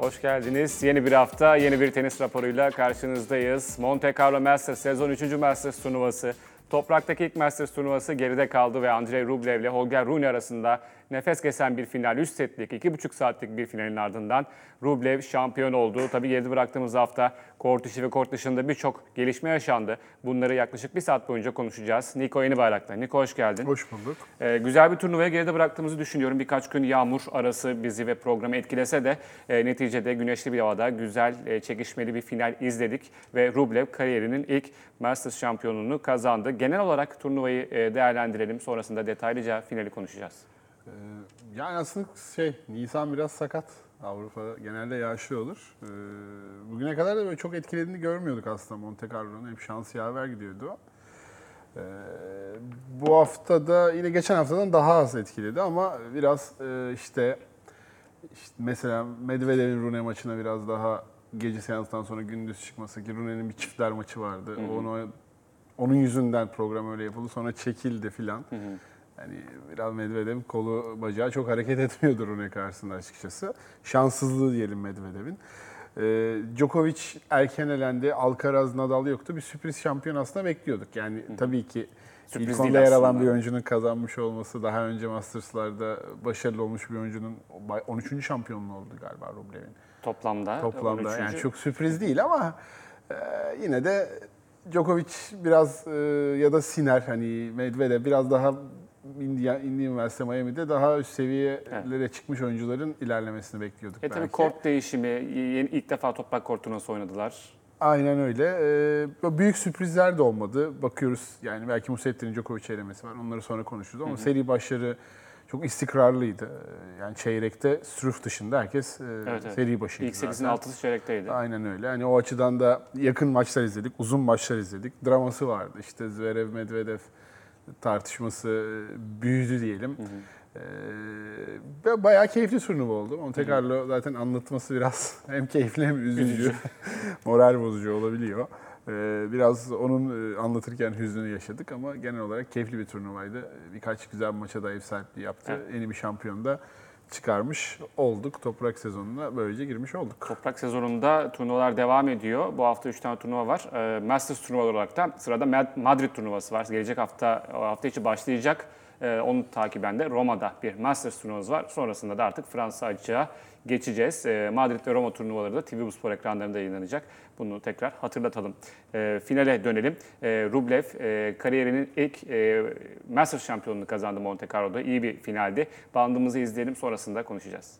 Hoş geldiniz. Yeni bir hafta, yeni bir tenis raporuyla karşınızdayız. Monte Carlo Masters sezon 3. Masters turnuvası. Topraktaki ilk Masters turnuvası geride kaldı ve Andrei Rublev ile Holger Rune arasında nefes kesen bir final, 3 setlik, 2,5 saatlik bir finalin ardından Rublev şampiyon oldu. Tabii geride bıraktığımız hafta kort içi ve kort dışında birçok gelişme yaşandı. Bunları yaklaşık bir saat boyunca konuşacağız. Niko Yenibayrak'ta. Niko hoş geldin. Hoş bulduk. Güzel bir turnuvaya geride bıraktığımızı düşünüyorum. Birkaç gün yağmur arası bizi ve programı etkilese de neticede güneşli bir havada güzel, çekişmeli bir final izledik. Ve Rublev kariyerinin ilk Masters şampiyonluğunu kazandı. Genel olarak turnuvayı değerlendirelim. Sonrasında detaylıca finali konuşacağız. Yani aslında Nisan biraz sakat. Avrupa genelde yağışlı olur. Bugüne kadar da böyle çok etkilediğini görmüyorduk aslında Monte Carlo'nun. Hep şansı yaver gidiyordu. Bu hafta da yine geçen haftadan daha az etkiledi ama biraz işte mesela Medvedev'in Rune maçına biraz daha gece seanstan sonra gündüz çıkması ki Rune'nin bir çiftler maçı vardı. Onun yüzünden program öyle yapıldı. Sonra çekildi filan. Yani biraz Medvedev kolu bacağı çok hareket etmiyordur Rune karşısında açıkçası. Şanssızlığı diyelim Medvedev'in. Djokovic erken elendi. Alcaraz, Nadal yoktu. Bir sürpriz şampiyon aslında bekliyorduk. Yani tabii ki ilk onda yer alan bir oyuncunun kazanmış olması, daha önce Masters'larda başarılı olmuş bir oyuncunun 13. şampiyonluğu oldu galiba Rublev'in. Toplamda 13. Yani çok sürpriz değil ama yine de Djokovic biraz ya da Sinner, hani Medvedev biraz daha Indian Üniversite Miami'de daha üst seviyelere çıkmış oyuncuların ilerlemesini bekliyorduk belki. Tabii kort değişimi, ilk defa toprak kort turnuvası oynadılar. Aynen öyle. Büyük sürprizler de olmadı. Bakıyoruz yani belki Musettin'in Djokovic elemesi var. Onları sonra konuşuruz ama seri başları çok istikrarlıydı. Yani çeyrekte Struff dışında herkes seri başıydı. İlk 8'in 6'sı çeyrekteydi. Aynen öyle. Yani o açıdan da yakın maçlar izledik, uzun maçlar izledik. Draması vardı. İşte Zverev-Medvedev tartışması büyüdü diyelim. Bayağı keyifli turnuva oldu. Monte Carlo zaten anlatması biraz hem keyifli hem üzücü. Moral bozucu olabiliyor. Biraz onun anlatırken hüznünü yaşadık ama genel olarak keyifli bir turnuvaydı. Birkaç güzel maça da ev sahipliği yaptı. Evet. Yeni bir şampiyon da çıkarmış olduk. Toprak sezonuna böylece girmiş olduk. Toprak sezonunda turnuvalar devam ediyor. Bu hafta 3 tane turnuva var. Masters turnuvaları olarak da sırada Madrid turnuvası var. Gelecek hafta içi başlayacak. Onu takiben de Roma'da bir Masters turnuvası var. Sonrasında da artık Fransa açığa geçeceğiz. Madrid ve Roma turnuvaları da TV Spor ekranlarında yayınlanacak. Bunu tekrar hatırlatalım. Finale dönelim. Rublev kariyerinin ilk Masters şampiyonluğunu kazandı Monte Carlo'da. İyi bir finaldi. Bandımızı izleyelim, sonrasında konuşacağız.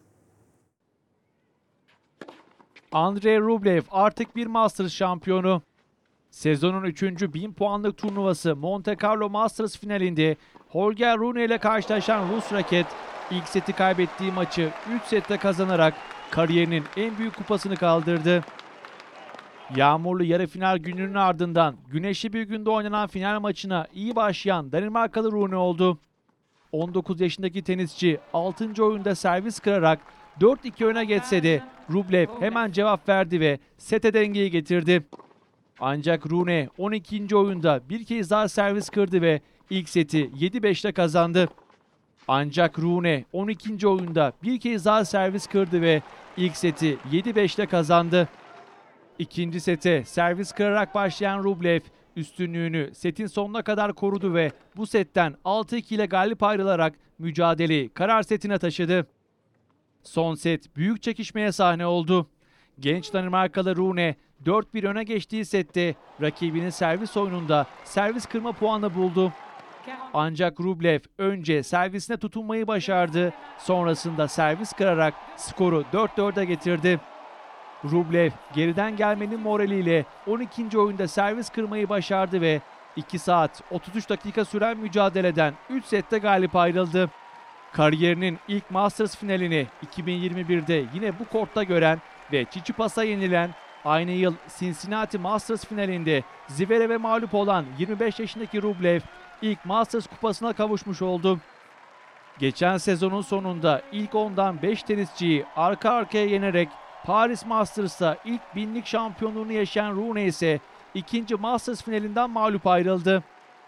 Andrei Rublev artık bir Masters şampiyonu. Sezonun 3. 1000 puanlık turnuvası Monte Carlo Masters finalinde Holger Rune ile karşılaşan Rus raket ilk seti kaybettiği maçı 3 sette kazanarak kariyerinin en büyük kupasını kaldırdı. Yağmurlu yarı final gününün ardından güneşli bir günde oynanan final maçına iyi başlayan Danimarkalı Rune oldu. 19 yaşındaki tenisçi 6. oyunda servis kırarak 4-2 öne geçse de Rublev hemen cevap verdi ve sete dengeyi getirdi. Ancak Rune 12. oyunda bir kez daha servis kırdı ve ilk seti 7-5'te kazandı. Ancak Rune 12. oyunda bir kez daha servis kırdı ve ilk seti 7-5'te kazandı. İkinci sete servis kırarak başlayan Rublev üstünlüğünü setin sonuna kadar korudu ve bu setten 6-2 ile galip ayrılarak mücadeleyi karar setine taşıdı. Son set büyük çekişmeye sahne oldu. Genç Danimarkalı Rune 4-1 öne geçtiği sette rakibinin servis oyununda servis kırma puanı buldu. Ancak Rublev önce servisine tutunmayı başardı. Sonrasında servis kırarak skoru 4-4'e getirdi. Rublev geriden gelmenin moraliyle 12. oyunda servis kırmayı başardı ve 2 saat 33 dakika süren mücadeleden 3 sette galip ayrıldı. Kariyerinin ilk Masters finalini 2021'de yine bu kortta gören ve Tsitsipas'a yenilen, aynı yıl Cincinnati Masters finalinde Zverev'e mağlup olan 25 yaşındaki Rublev ilk Masters kupasına kavuşmuş oldu. Geçen sezonun sonunda ilk 10'dan 5 tenisçiyi arka arkaya yenerek Paris Masters'ta ilk 1000'lik şampiyonluğunu yaşayan Rune ise ikinci Masters finalinden mağlup ayrıldı.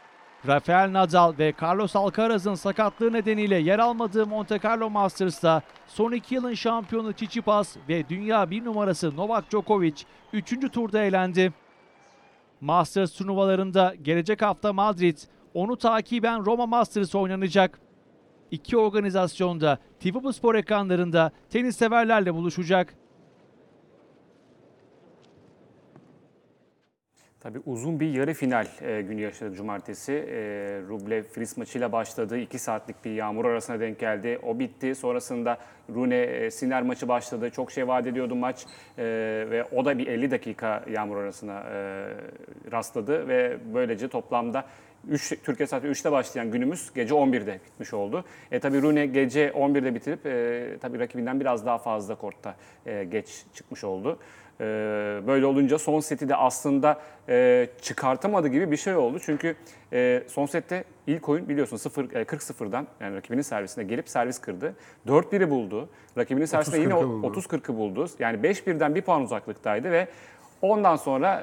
Rafael Nadal ve Carlos Alcaraz'ın sakatlığı nedeniyle yer almadığı Monte Carlo Masters'ta son 2 yılın şampiyonu Tsitsipas ve dünya 1 numarası Novak Djokovic 3. turda elendi. Masters turnuvalarında gelecek hafta Madrid, onu takiben Roma Masters oynanacak. İki organizasyonda TV Spor ekranlarında tenis severlerle buluşacak. Tabii uzun bir yarı final günü yaşadı cumartesi. Rublev Fritz maçıyla başladı. 2 saatlik bir yağmur arasına denk geldi. O bitti. Sonrasında Rune Sinner maçı başladı. Çok şey vaat ediyordu maç. Ve o da bir 50 dakika yağmur arasına rastladı. Ve böylece toplamda Türkiye saati 3'te başlayan günümüz gece 11'de bitmiş oldu. Tabii Rune gece 11'de bitirip tabii rakibinden biraz daha fazla kortta geç çıkmış oldu. Böyle olunca son seti de aslında çıkartamadı gibi bir şey oldu. Çünkü son sette ilk oyun biliyorsun 40-0'dan yani rakibinin servisine gelip servis kırdı. 4-1'i buldu. Rakibinin servisine yine 30-40'ı buldu. Yani 5-1'den bir puan uzaklıktaydı ve ondan sonra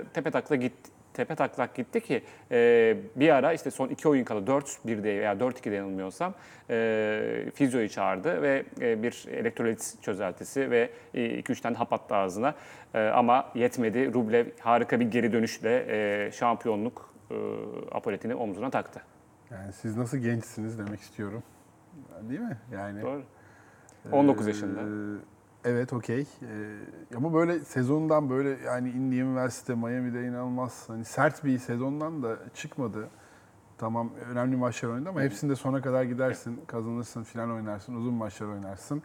tepe taklak gitti ki bir ara işte son 2 oyun kala 4-1'de veya 4-2'de yanılmıyorsam fizyoyu çağırdı ve bir elektrolit çözeltisi ve 2-3 tane hap attı ağzına. Ama yetmedi. Rublev harika bir geri dönüşle şampiyonluk apoletini omzuna taktı. Yani siz nasıl gençsiniz demek istiyorum. Değil mi? Yani Doğru. 19 yaşında. Evet, okey. Ama böyle sezondan böyle yani Indiana Üniversite, Miami'de inanılmaz hani sert bir sezondan da çıkmadı. Tamam önemli maçlar oynadı ama hepsinde sona kadar gidersin, kazanırsın, final oynarsın, uzun maçlar oynarsın.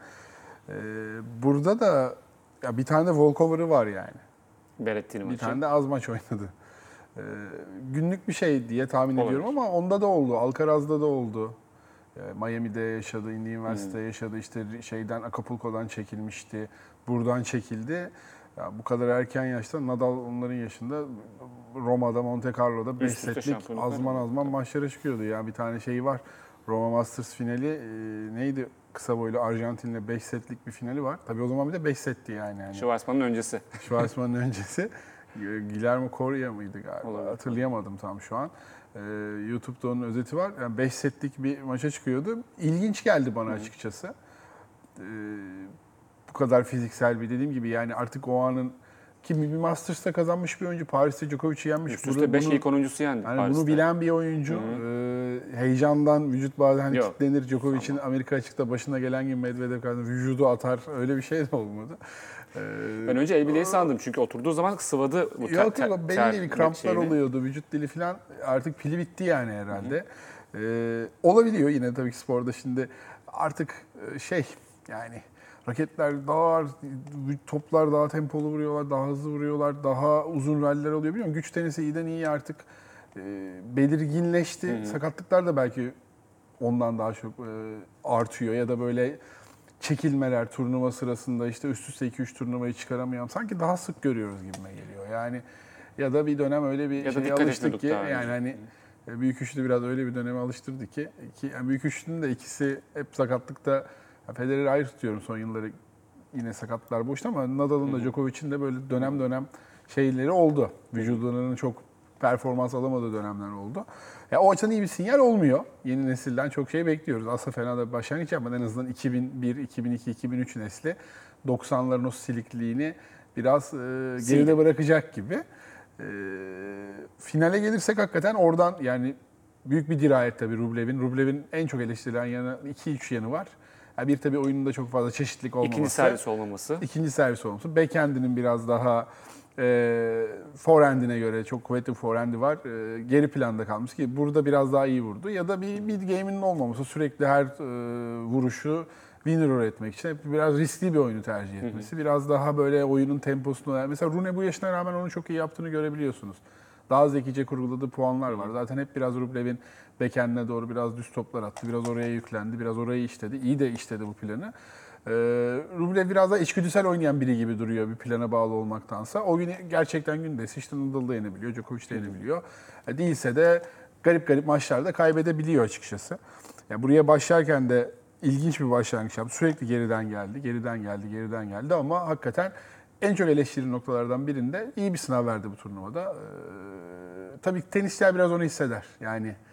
Burada da ya bir tane de walkover'ı var yani. Berrettini maçı. Bir tane de az maç oynadı. Günlük bir şey diye tahmin ediyorum ama onda da oldu, Alcaraz'da da oldu. Miami'de yaşadı, Indiana Üniversite'de yaşadı, işte Acapulco'dan çekilmişti, buradan çekildi. Ya bu kadar erken yaşta Nadal onların yaşında Roma'da, Monte Carlo'da 5 setlik azman maçlara çıkıyordu. Yani bir tane şey var, Roma Masters finali neydi? Kısa boylu Arjantin'le 5 setlik bir finali var. Tabii o zaman bir de 5 setti yani. Schwarzman'ın öncesi. Schwarzman'ın öncesi. Guillermo Coria mıydı galiba? Olabilir. Hatırlayamadım tam şu an. YouTube'da onun özeti var. Yani 5 setlik bir maça çıkıyordu. İlginç geldi bana açıkçası. Bu kadar fiziksel bir dediğim gibi yani artık o anın ki bir Masters'ta kazanmış bir oyuncu. Paris'te Djokovic'i yenmiş. Üst üste 5 ilk oyuncusu yendi yani Paris'te. bunu bilen bir oyuncu. Heyecandan vücut bazen hani kilitlenir. Djokovic'in Amerika açıkta başına gelen gibi Medvedev karşısında vücudu atar. Öyle bir şey de olmadı. Ben önce el bileği sandım çünkü oturduğu zaman sıvadı bu Yok belli bir kramplar oluyordu. Vücut dili falan artık pili bitti yani herhalde. Olabiliyor yine tabii ki sporda şimdi artık yani raketler daha ağır, toplar daha tempolu vuruyorlar, daha hızlı vuruyorlar, daha uzun ralliler oluyor. Biliyorum güç tenisi iyiden iyi artık belirginleşti. Sakatlıklar da belki ondan daha çok artıyor ya da böyle çekilmeler turnuva sırasında işte üst üste 2-3 turnuvayı çıkaramayan sanki daha sık görüyoruz gibime geliyor. Yani ya da bir dönem öyle bir şeye alıştık ki yani hani büyük üçlü biraz öyle bir döneme alıştırdı ki yani büyük üçlünün de ikisi hep sakatlıkta. Federer'i ayrı tutuyorum son yılları yine sakatlar boşta ama Nadal'ın da Djokovic'in de böyle dönem dönem şeyleri oldu. Vücudunun çok performans alamadığı dönemler oldu. Ya o açıdan iyi bir sinyal olmuyor. Yeni nesilden çok şey bekliyoruz. Aslında fena da bir başlangıç yapmadı. En azından 2001, 2002, 2003 nesli 90'ların o silikliğini biraz geride bırakacak gibi. Finale gelirsek hakikaten oradan yani büyük bir dirayet tabii Rublev'in. Rublev'in en çok eleştirilen yanı 2-3 yanı var. Yani bir tabii oyununda çok fazla çeşitlilik olmaması. İkinci servis olmaması. İkinci servis olmaması. Backhand'inin biraz daha forehand'ine göre çok kuvvetli bir forehand'i var. Geri planda kalmış ki burada biraz daha iyi vurdu. Ya da bir mid game'inin olmaması sürekli her vuruşu winner üretmek için hep biraz riskli bir oyunu tercih etmesi. Biraz daha böyle oyunun temposunu. Mesela Rune bu yaşına rağmen onu çok iyi yaptığını görebiliyorsunuz. Daha zekice kurguladığı puanlar var. Zaten hep biraz Rublev'in backhand'ine doğru biraz düz toplar attı. Biraz oraya yüklendi, biraz orayı işledi. İyi de işledi bu planı. Rublev biraz daha içgüdüsel oynayan biri gibi duruyor bir plana bağlı olmaktansa. O gün gerçekten gündesi. İşte Nadal da yenebiliyor, Djokovic de yenebiliyor. Değilse de garip garip maçlarda kaybedebiliyor açıkçası. Yani buraya başlarken de ilginç bir başlangıç yaptı. Sürekli geriden geldi ama hakikaten en çok eleştiri noktalardan birinde iyi bir sınav verdi bu turnuvada. Tabii tenisçiler biraz onu hisseder. Yani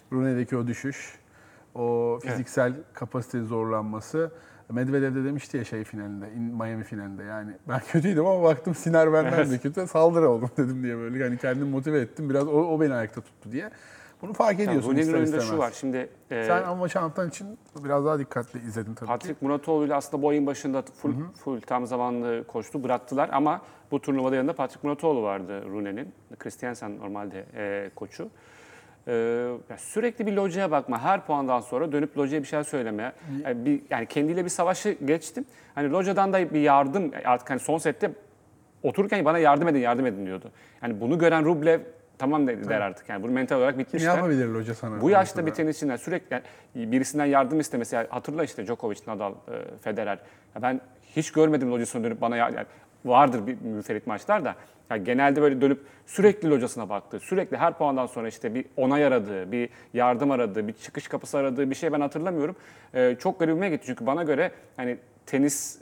Rune'deki o düşüş, o fiziksel kapasitenin zorlanması. Medvedev de demişti ya finalinde, Miami finalinde, yani ben kötüydüm ama baktım Sinner benden de kötü, saldırı oldum dedim diye böyle. Yani kendimi motive ettim biraz, o beni ayakta tuttu diye. Bunu fark ediyorsun Rune'nin ister önünde istemez. şu var şimdi. Sen ama maçı anlatan için biraz daha dikkatli izledin tabii ki. Patrick Muratoğlu ile aslında bu ayın başında full tam zamanlı koştu, bıraktılar ama bu turnuvada yanında Patrick Muratoğlu vardı Rune'nin. Christiansen normalde koçu. Sürekli bir locaya bakma. Her puandan sonra dönüp locaya bir şey söylemeye. Yani kendiyle bir savaşı geçtim. Hani locadan da bir yardım, artık hani son sette otururken bana yardım edin diyordu. Yani bunu gören Rublev tamam der artık. Yani bunu mental olarak Ne bitmişler. yapabilir loca sana? Bu yaşta bir tenisçiler sürekli yani birisinden yardım istemesi. Yani hatırla işte Djokovic, Nadal, Federer. Ya ben hiç görmedim locasına dönüp bana yani vardır bir müferit maçlar da. Yani genelde böyle dönüp sürekli locasına baktı. Sürekli her puandan sonra işte bir onay aradığı, bir yardım aradığı, bir çıkış kapısı aradığı bir şey ben hatırlamıyorum. Çok garibime gitti çünkü bana göre hani tenis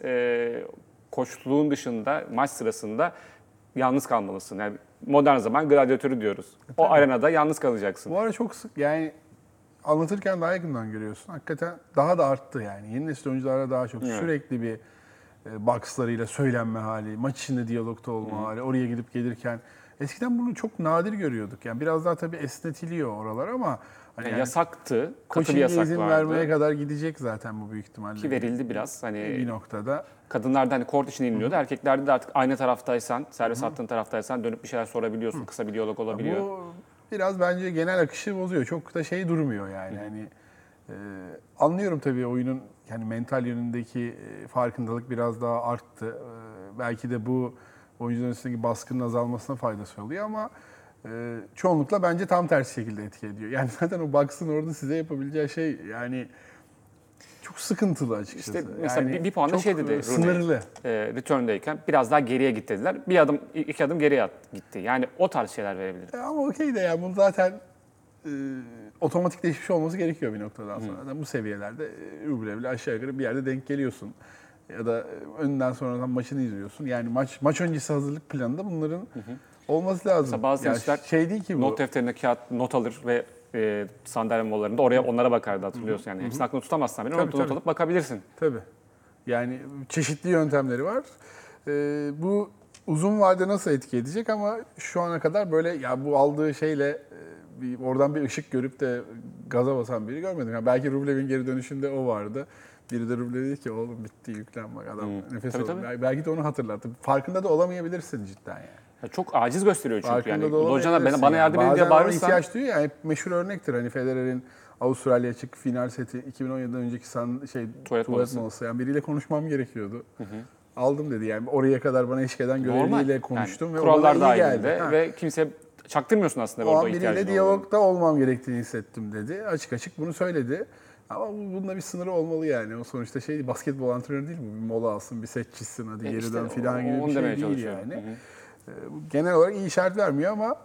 koçluğun dışında maç sırasında yalnız kalmalısın. Yani modern zaman gladyatörü diyoruz. O arenada yalnız kalacaksın. Bu ara çok sık, yani anlatırken daha yakından görüyorsun. Hakikaten daha da arttı yani. Yeni nesil oyunculara daha çok sürekli bir boxlarıyla söylenme hali, maç içinde diyalogta olma hali, oraya gidip gelirken. Eskiden bunu çok nadir görüyorduk. Yani biraz daha tabii esnetiliyor oralar ama hani Yani yasaktı, katı bir coaching'e yasak izin vardı. vermeye kadar gidecek zaten bu büyük ihtimalle. Ki verildi biraz. Hani bir noktada. kadınlarda hani kort için iniliyordu. Erkeklerde de artık aynı taraftaysan, servis attığın taraftaysan dönüp bir şeyler sorabiliyorsun. Kısa bir diyalog olabiliyor. Bu biraz bence genel akışı bozuyor. Çok da durmuyor yani. Hani anlıyorum tabii oyunun yani mental yönündeki farkındalık biraz daha arttı. Belki de bu oyuncuların üstündeki baskının azalmasına faydası oluyor ama çoğunlukla bence tam tersi şekilde etki ediyor. Yani zaten o box'ın orada size yapabileceği şey yani çok sıkıntılı açıkçası. İşte mesela yani bir puanda çok şey dedi sınırlı. return'deyken biraz daha geriye git dediler. İki adım geriye gitti. Yani o tarz şeyler verebilir. Ama okey de yani bunu zaten otomatikleşmiş olması gerekiyor bir noktadan sonra. Yani bu seviyelerde Rublev'le aşağı yukarı bir yerde denk geliyorsun. Ya da önden sonradan maçını izliyorsun. Yani maç öncesi hazırlık planında bunların olması lazım. Mesela bazı yani tenisçiler değil ki bu. not defterine kağıt not alır ve sandalye molalarında onlara bakardı hatırlıyorsun. Yani hepsini aklında tutamazsan bile not alıp bakabilirsin. Tabii. Yani çeşitli yöntemleri var. Bu uzun vadede nasıl etki edecek ama şu ana kadar böyle ya bu aldığı şeyle oradan bir ışık görüp de gaza basan biri görmedim. Yani belki Rublev'in geri dönüşünde o vardı. Biri de Rublev dedi ki oğlum bitti yüklen bak adam nefes alıyor. Tabii. Belki de onu hatırlattı. Farkında da olamayabilirsin cidden yani. Ya çok aciz gösteriyor çünkü. Farkında Yani da olamayabilirsin locana bana yardım edin diye Bazen ona bağırırsan. ihtiyaç duyuyor ya. Hep meşhur örnektir. Hani Federer'in Avustralya açık final seti 2017'den önceki tuvalet molası. Yani biriyle konuşmam gerekiyordu. Aldım dedi yani oraya kadar bana eşlik eden görevliyle konuştum Yani ve kurallar o bana iyi geldi. dahilinde ve kimse çaktırmıyorsun aslında O an orada biriyle ihtiyacın olduğunu. diyalogda olmam gerektiğini hissettim dedi. Açık açık bunu söyledi. Ama bununla bir sınırı olmalı yani. O sonuçta basketbol antrenörü değil mi? Bir mola alsın, bir set çizsin, hadi geri dön falan gibi bir şey değil yani. Genel olarak iyi işaret vermiyor ama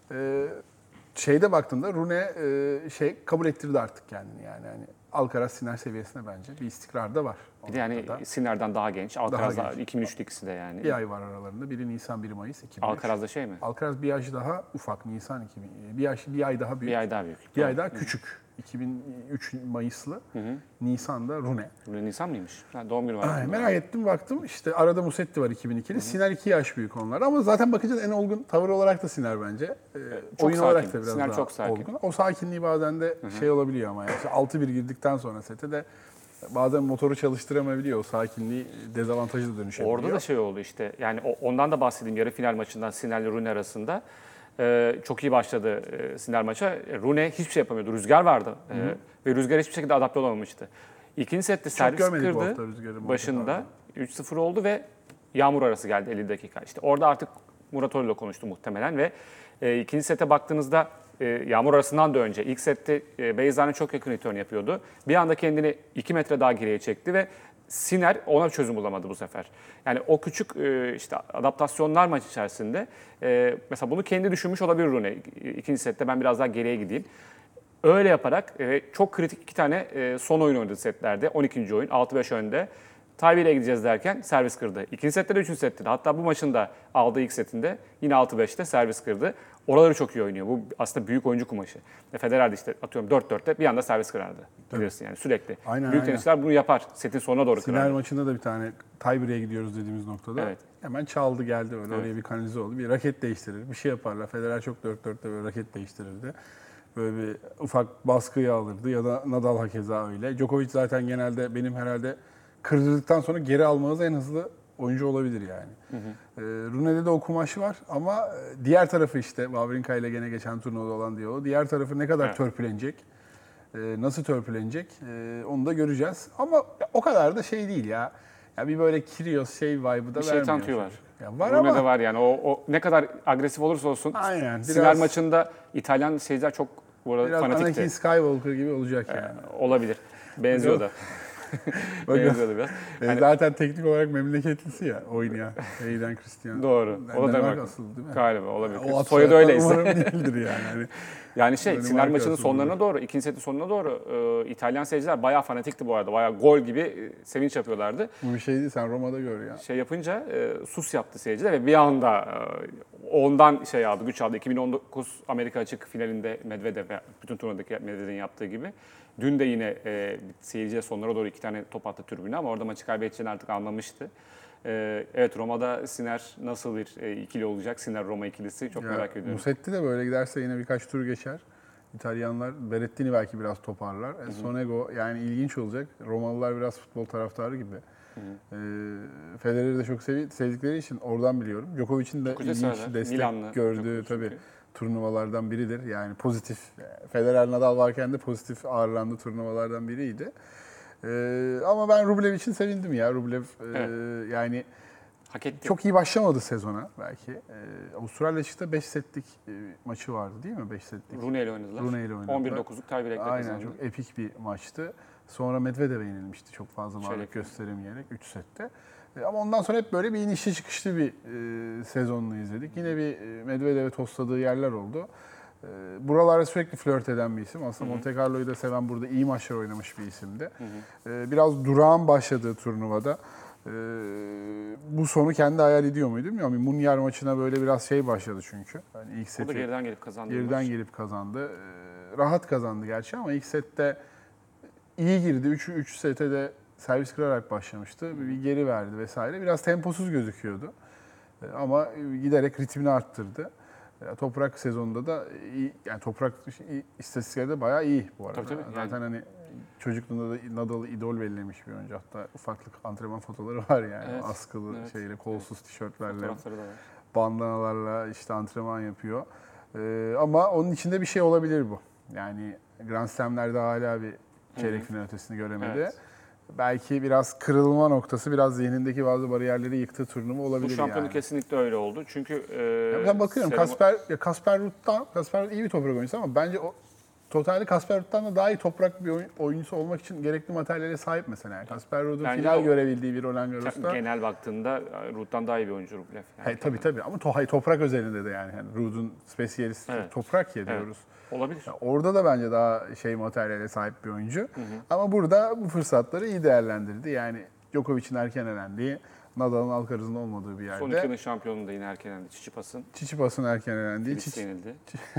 baktığında Rune kabul ettirdi artık kendini yani. Hani Alcaraz Sinner seviyesine bence bir istikrar da var. Bir de yani Sinner'den daha genç. Alcaraz da 2003'lü ikisi de yani. Bir ay var aralarında. Biri Nisan, biri Mayıs 2003. Alcaraz da mi? Alcaraz bir yaş daha ufak. Nisan 2000. Bir ay daha büyük. Bir ay daha büyük. Bir ay daha küçük. 2003 Mayıslı. Nisan'da Rune. Rune Nisan mıymış? Doğum günü var. Merak ettim baktım. İşte arada Musetti var 2002'li. Sinner 2 yaş büyük onlar. Ama zaten bakacağız en olgun tavır olarak da Sinner bence. Oyun sakin. olarak da biraz Sinner daha çok sakin. olgun. O sakinliği bazen de olabiliyor ama. Yani. İşte 6-1 girdikten sonra sete de bazen motoru çalıştıramayabiliyor. O sakinliği dezavantajı da dönüşebiliyor. Orada da oldu işte. Yani ondan da bahsedeyim. Yarı final maçından Sinner ile Rune arasında. Çok iyi başladı Sinner maça. Rune hiçbir şey yapamıyordu. Rüzgar vardı. Ve Rüzgar hiçbir şekilde adapte olamamıştı. İkinci sette servis kırdı. Başında 3-0 oldu ve yağmur arası geldi 50 dakika. İşte orada artık Muratoğlu ile konuştu muhtemelen ve ikinci sete baktığınızda yağmur arasından da önce ilk sette Beyza'nın çok yakın return yapıyordu. Bir anda kendini 2 metre daha geriye çekti ve Sinner ona çözüm bulamadı bu sefer. Yani o küçük işte adaptasyonlar maç içerisinde mesela bunu kendi düşünmüş olabilir Rune. İkinci sette ben biraz daha geriye gideyim. Öyle yaparak çok kritik 2 tane son oyun oynadı setlerde. 12. oyun 6-5 önde. Tie-break'e gideceğiz derken servis kırdı. İkinci sette de üçüncü sette de. Hatta bu maçın da aldığı ilk setinde yine 6-5'te servis kırdı. Oraları çok iyi oynuyor. Bu aslında büyük oyuncu kumaşı. Federer de işte atıyorum 4-4'te bir anda servis kırardı. Bilirsin yani sürekli. Aynen, büyük aynen. tenisçiler bunu yapar. Setin sonuna doğru Sinner kırardı. maçında da bir tane tie-break'e gidiyoruz dediğimiz noktada. Evet. Hemen çaldı geldi öyle. Evet. Oraya bir kanalize oldu. Bir raket değiştirir. Bir şey yaparlar. Federer çok 4-4'te böyle raket değiştirirdi. Böyle bir ufak baskıyı alırdı ya da Nadal hakeza öyle. Djokovic zaten genelde benim herhalde kırdırdıktan sonra geri almanız en hızlı oyuncu olabilir yani. Rune'de de o kumaşı var ama diğer tarafı işte Wawrinka ile gene geçen turnuvada olan diyalog. Diğer tarafı ne kadar Evet. törpülenecek? Nasıl törpülenecek? Onu da göreceğiz. Ama o kadar da şey değil ya. Ya bir böyle Kyrgios şey vibe'ı da Bir şeytan vermiyor. tüyü var. Ya var Rune'de ama var yani. O ne kadar agresif olursa olsun. Aynen, Sinner biraz- maçında İtalyan seyirciler çok bu arada biraz fanatikti. Anakin Skywalker gibi olacak yani. Olabilir. Benziyor da. Benziyordu biraz. Hani- Zaten teknik olarak memleketlisi ya oynayan. Hayden Christian. Doğru. O da Denmark demek. asıllı değil mi? Galiba olabilir. O at Soyadı soyadlar öyleyse. Umarım değildir yani. Hani Yani Danimarka Sinner maçının asıllı. sonlarına doğru, ikinci setin sonuna doğru İtalyan seyirciler bayağı fanatikti bu arada. Bayağı gol gibi sevinç yapıyorlardı. bu bir şey değil, sen Roma'da gör ya. Şey yapınca sus yaptı seyirciler ve bir anda ondan şey aldı, güç aldı. 2019 Amerika Açık finalinde Medvedev, bütün turnuvadaki Medvedev'in yaptığı gibi. Dün de yine seyirciye sonlara doğru 2 tane top attı tribüne ama orada maçı kaybedeceğini artık anlamıştı. Evet, Roma'da Sinner nasıl bir ikili olacak? Sinner-Roma ikilisi çok Ya, merak ediyorum. Musetti de böyle giderse yine birkaç tur geçer. İtalyanlar, Berrettini belki biraz toparlar. Sonego yani ilginç olacak. Romalılar biraz futbol taraftarı gibi. Federer'i de çok sevdikleri için oradan biliyorum. Djokovic'in de Çok güzel ilginç severler. destek Milanlı gördüğü Djokovic tabii çünkü. turnuvalardan biridir. Yani pozitif, Federer Nadal varken de pozitif ağırlandığı turnuvalardan biriydi. Ama ben Rublev için sevindim ya. Rublev yani Hak etti. çok iyi başlamadı sezona belki. Avustralya çıktı 5 setlik maçı vardı değil mi? 5 setlik. Rune ile oynadılar. Rune ile oynadılar. 11-9'luk tie-break'le Aynen, kazandı. çok epik bir maçtı. Sonra Medvedev'e yenilmişti çok fazla varlık Çeyrek. gösteremeyerek 3 sette. Ama ondan sonra hep böyle bir inişli çıkışlı bir sezonunu izledik. Yine bir Medvedev'e tosladığı yerler oldu. Buralarda sürekli flört eden bir isim. Aslında Monte Carlo'yu da seven, burada iyi maçlar oynamış bir isimdi. Biraz durağan başladığı turnuvada. Bu sonu kendi hayal ediyor muydu bilmiyorum. Munyar maçına böyle biraz şey başladı çünkü. Yani ilk O seti da geriden gelip kazandı. geriden gelip kazandı. Rahat kazandı gerçi ama ilk sette iyi girdi. 3 sete de servis kırarak başlamıştı. Bir geri verdi vesaire. Biraz temposuz gözüküyordu. Ama giderek ritmini arttırdı. Toprak sezonunda da iyi, yani toprak istatistikleri de bayağı iyi bu arada. Tabii, yani. Zaten hani çocukluğunda da Nadal'ı idol belirlemiş bir oyuncu. Hatta ufaklık antrenman fotoğrafları var yani. Evet, Askılı evet. şeyle, kolsuz tişörtlerle, Fotoğrafları da var. bandanalarla işte antrenman yapıyor. Ama onun içinde bir şey olabilir bu. Yani Grand Slam'lerde hala bir çeyrek final ötesini göremedi. Evet. Belki biraz kırılma noktası, biraz zihnindeki bazı bariyerleri yıktığı turnuva olabilir Bu şampiyonluk yani. kesinlikle öyle oldu. Çünkü Ben bakıyorum Serena- Kasper Ruud iyi bir toprak oyuncusu ama bence o totalde Kasper Ruud'dan da daha iyi toprak bir oyuncusu olmak için gerekli materyale sahip mesela. Yani Kasper Ruud'un Bence final o- görebildiği bir Roland Garros'ta. genel baktığında Ruud'dan daha iyi bir oyuncu Rublev. Yani Tabii ama toprak özelinde de yani Ruud'un spesiyalisti Evet. toprak ya diyoruz. Olabilir. Orada da bence daha materyale sahip bir oyuncu. Ama burada bu fırsatları iyi değerlendirdi. Yani Djokovic'in erken elendiği, Nadal'ın Alcaraz'ın olmadığı bir yerde. Son 2 yılın şampiyonunu da yine erken yendi. Çiçipas'ın. Tsitsipas'ın erken elendiği. Birisi yenildi.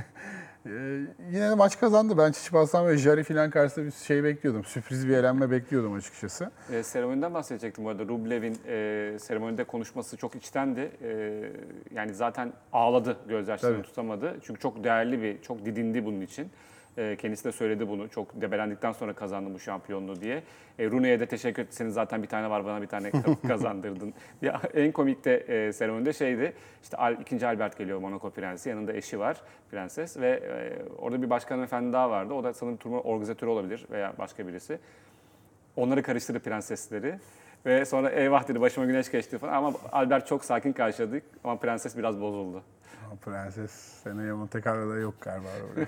Yine de maç kazandı. Ben Tsitsipas'tan ve Jarry filan karşısında bir şey bekliyordum. Sürpriz bir elenme bekliyordum açıkçası. Seremoniden bahsedecektim bu arada. Rublev'in seremonide konuşması çok içtendi. Yani zaten ağladı, gözyaşlarını Tabii. tutamadı. Çünkü çok değerli çok didindi bunun için. Kendisi de söyledi bunu. Çok debelendikten sonra kazandım bu şampiyonluğu diye. Rune'ye de teşekkür etti. Senin zaten bir tane var, bana bir tane kazandırdın. Ya, en komik de seremonide şeydi. İşte 2. Albert geliyor, Monaco prensi. Yanında eşi var, prenses. Ve orada bir başka hanımefendi daha vardı. O da sanırım turnuva organizatörü olabilir veya başka birisi. Onları karıştırdı, prensesleri. Ve sonra eyvah dedi, başıma güneş geçti falan. Ama Albert çok sakin karşıladı. Ama prenses biraz bozuldu. Ama Prenses seneye Monte Carlo'da yok galiba.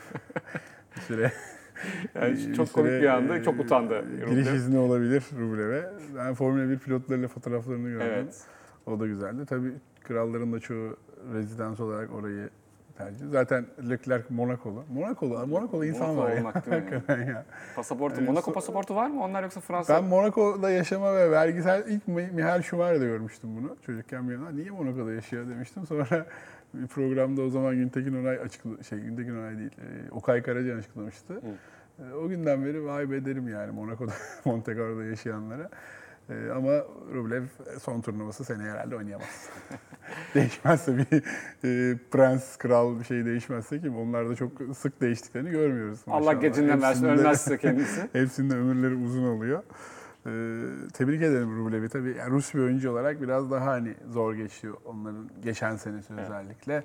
Bir süre. Yani çok komik bir anda, çok utandı Giriş Rublev. izni olabilir Rublev'e. Ben Formula 1 pilotlarıyla fotoğraflarını gördüm. Evet. O da güzeldi. Tabii kralların da çoğu rezidans olarak orayı tercih. Zaten Leclerc Monakolu insan var ya. olmak değil mi? Hakikaten ya. Pasaportu, Monaco pasaportu var mı? Onlar yoksa Fransa? Ben Monaco'da yaşama ve vergisel ilk Michael Schumacher'de görmüştüm bunu. Çocukken bir yana niye Monaco'da yaşıyor demiştim. Sonra bir programda o zaman Güntekin Onay Güntekin Onay değil, Okay Karacan açıklamıştı. O günden beri vay be derim yani Monaco'da, Monte Carlo'da yaşayanlara. Ama Rublev son turnuvası seneye herhalde oynayamaz. Değişmezse bir prens, kral bir şey değişmezse ki onlar da çok sık değiştiklerini görmüyoruz. Allah maşallah. gecinden versin, Hepsinde- ölmezse kendisi. Hepsinin ömürleri uzun oluyor. Tebrik ederim Rublev'i. Tabii yani Rus bir oyuncu olarak biraz daha hani zor geçiyor onların geçen senesi özellikle.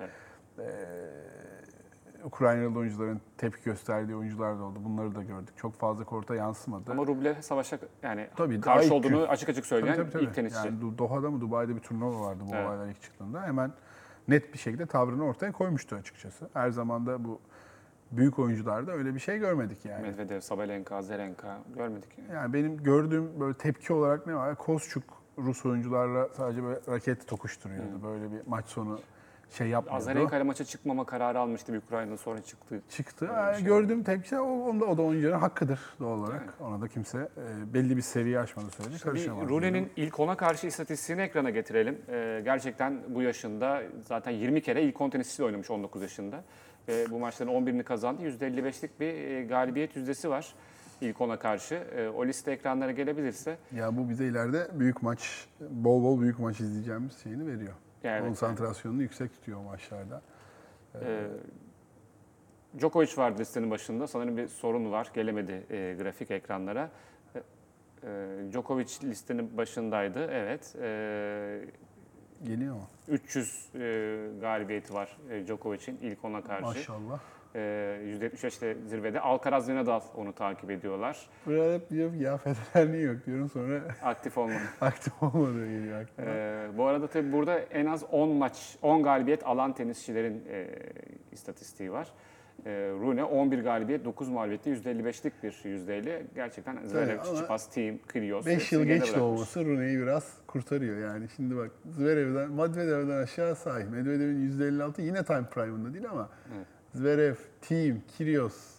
Ukraynalı oyuncuların tepki gösterdiği oyuncular da oldu. Bunları da gördük. Çok fazla korta yansımadı. Ama Rublev savaşa yani Tabii, karşı ilk olduğunu gün. açık açık söyleyen Tabii. ilk tenisçi. Yani Doha'da mı Dubai'de bir turnuva vardı bu Evet. olaylar ilk çıktığında. Hemen net bir şekilde tavrını ortaya koymuştu açıkçası. Her zaman da bu büyük oyuncularda öyle bir şey görmedik yani. Medvedev, Sabalenka, Zerenka görmedik yani. Yani benim gördüğüm böyle tepki olarak ne var? Kozçuk Rus oyuncularla sadece böyle raket tokuşturuyordu. Böyle bir maç sonu şey yapmıyordu. Azarenka ile maça çıkmama kararı almıştı bir Ukrayna'dan sonra çıktı. Çıktı. Öyle bir Yani şey gördüğüm tepki o da oyuncunun hakkıdır doğal olarak. Ona da kimse belli bir seviye aşmadığı sürece karışamaz. Rune'nin ilk 10'a karşı istatistiğini ekrana getirelim. Gerçekten bu yaşında zaten 20 kere ilk 10 tenisçisiyle oynamış 19 yaşında. Bu maçların 11'ini kazandı. %55'lik bir galibiyet yüzdesi var ilk 10'a karşı. O liste ekranlara gelebilirse. Ya bu bize ileride büyük maç, bol büyük maç izleyeceğimiz şeyini veriyor. Yani, Konsantrasyonunu yüksek tutuyor o maçlarda. Djokovic vardı listenin başında. Sanırım bir sorun var. Gelemedi grafik ekranlara. Djokovic listenin başındaydı. Evet. Geliyor mu? 300 galibiyeti var Djokovic'in ilk 10'a karşı. Maşallah. %75'te zirvede. Alcaraz ve Nadal onu takip ediyorlar. Burada hep diyor ki ya Federer niye yok diyorum sonra Aktif olmadı. aktif olmadığı geliyor aklıma. Bu arada tabii burada en az 10 galibiyet alan tenisçilerin istatistiği var. Rune 11 galibiyet, 9 mağlubiyette %55'lik bir yüzdeyle gerçekten Zverev, ama Tsitsipas, Thiem, Kyrgios. 5 yıl hepsini geride geç de bırakmış. olması Rune'yi biraz kurtarıyor yani. Şimdi bak Zverev'den, Medvedev'den aşağı sahip. Medvedev'in %56 yine time prime'ında değil ama Zverev, Thiem, Kyrgios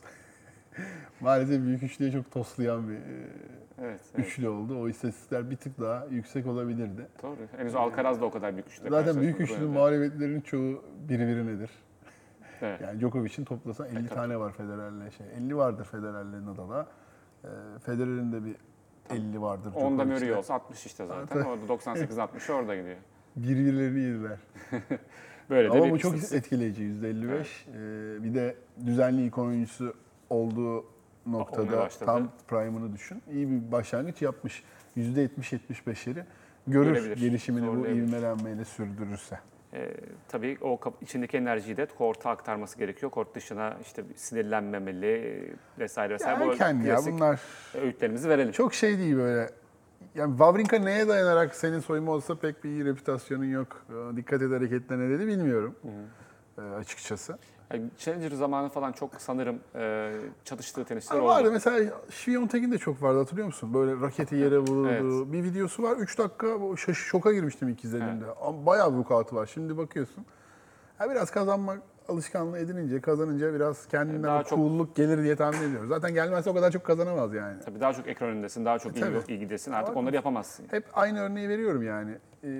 maalesef büyük üçlüye çok toslayan bir Evet. üçlü oldu. O istatistikler bir tık daha yüksek olabilirdi. Doğru. Henüz Alcaraz da o kadar büyük üçlü. Zaten büyük üçlünün mağlubiyetlerinin çoğu nedir? Evet. Yani Djokovic'in toplasan 50 tane var Federer'le 50 vardır Federer'le Nadal'a. Federer'in de bir 50 vardır Onda Djokovic'le. Murray olsa 60 işte zaten. Orada 98-60 orada gidiyor. Birbirlerini yediler. Böyle de Ama bir bu çok istatistik. etkileyici %55. Bir de düzenli ilk oyuncusu olduğu Olmaya noktada başladı. tam prime'ını düşün. İyi bir başlangıç yapmış. %70-75'leri görür Görebilir, gelişimini bu zorlayabilir. ivmelenmeyle sürdürürse. Tabii o içindeki enerjiyi de korta aktarması gerekiyor. Kort dışına işte sinirlenmemeli vesaire vesaire. Bu Erken ya klasik bunlar öğütlerimizi verelim. çok şey değil böyle. Yani Wawrinka neye dayanarak senin soyunma olsa pek bir iyi reputasyonun yok. Dikkat et hareketlerine dedi bilmiyorum. Açıkçası. Yani Challenger zamanı falan çok sanırım çatıştığı tenisçiler Ama vardı oldu. mesela Świątek'in de çok vardı hatırlıyor musun? Böyle raketi yere vururdu. Evet. Bir videosu var 3 dakika şoka girmiştim ilk izlediğimde. Ama bayağı bir vukuatı var. Şimdi bakıyorsun. Ha biraz kazanmak alışkanlığı edinince kazanınca biraz kendinden Daha o çok- cool'luk gelir diye tahmin ediyorum. Zaten gelmezse o kadar çok kazanamaz yani. Tabii daha çok ekran önündesin, daha çok Tabii. ilgidesin. Artık Ama- onları yapamazsın. Hep aynı örneği veriyorum yani.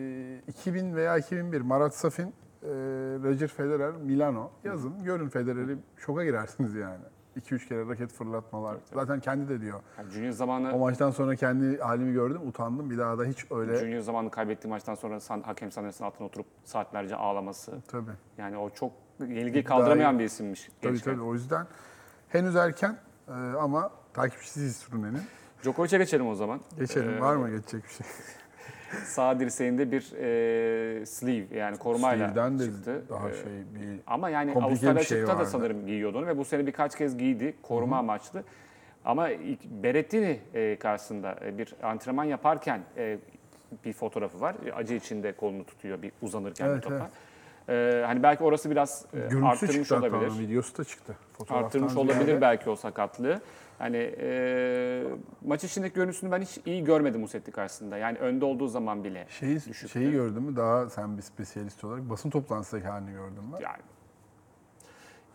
2000 veya 2001 Marat Safin, Roger Federer, Milano. Yazın görün Federer'i şoka girersiniz yani. 2-3 kere raket fırlatmalar. Zaten kendi de diyor. Yani Junior O zamanı maçtan sonra kendi halimi gördüm, utandım. Bir daha da hiç öyle... Junior zamanı kaybettiği maçtan sonra hakem sandalyenin altına oturup saatlerce ağlaması. Tabii. Yani o çok yenilgiyi kaldıramayan bir isimmiş. Tabii gençken. tabii. O yüzden henüz erken ama takipçisiyiz Rune'nin. Djokovic'e geçelim o zaman. Geçelim. Var mı geçecek bir şey? Sağ dirseğinde bir sleeve yani korumayla Sleeve'den de çıktı. daha Ee, bir... Ama yani komplike Avustralya bir şey açıkta da vardı. sanırım giyiyordu onu ve bu sene birkaç kez giydi koruma amaçlı. Ama Berrettini karşısında bir antrenman yaparken bir fotoğrafı var. Acı içinde kolunu tutuyor bir uzanırken Evet, bir topa. evet. Hani belki orası biraz Görüntüsü arttırmış çıktı hatta olabilir. onun, videosu da çıktı. Fotoğraftan Arttırmış ziyade. olabilir belki o sakatlığı. Hani maç içindeki görüntüsünü ben hiç iyi görmedim Musetti karşısında. Yani önde olduğu zaman bile düşüktü. Şeyi gördün mü? Daha sen bir spesyalist olarak basın toplantısındaki halini gördün mü? Yani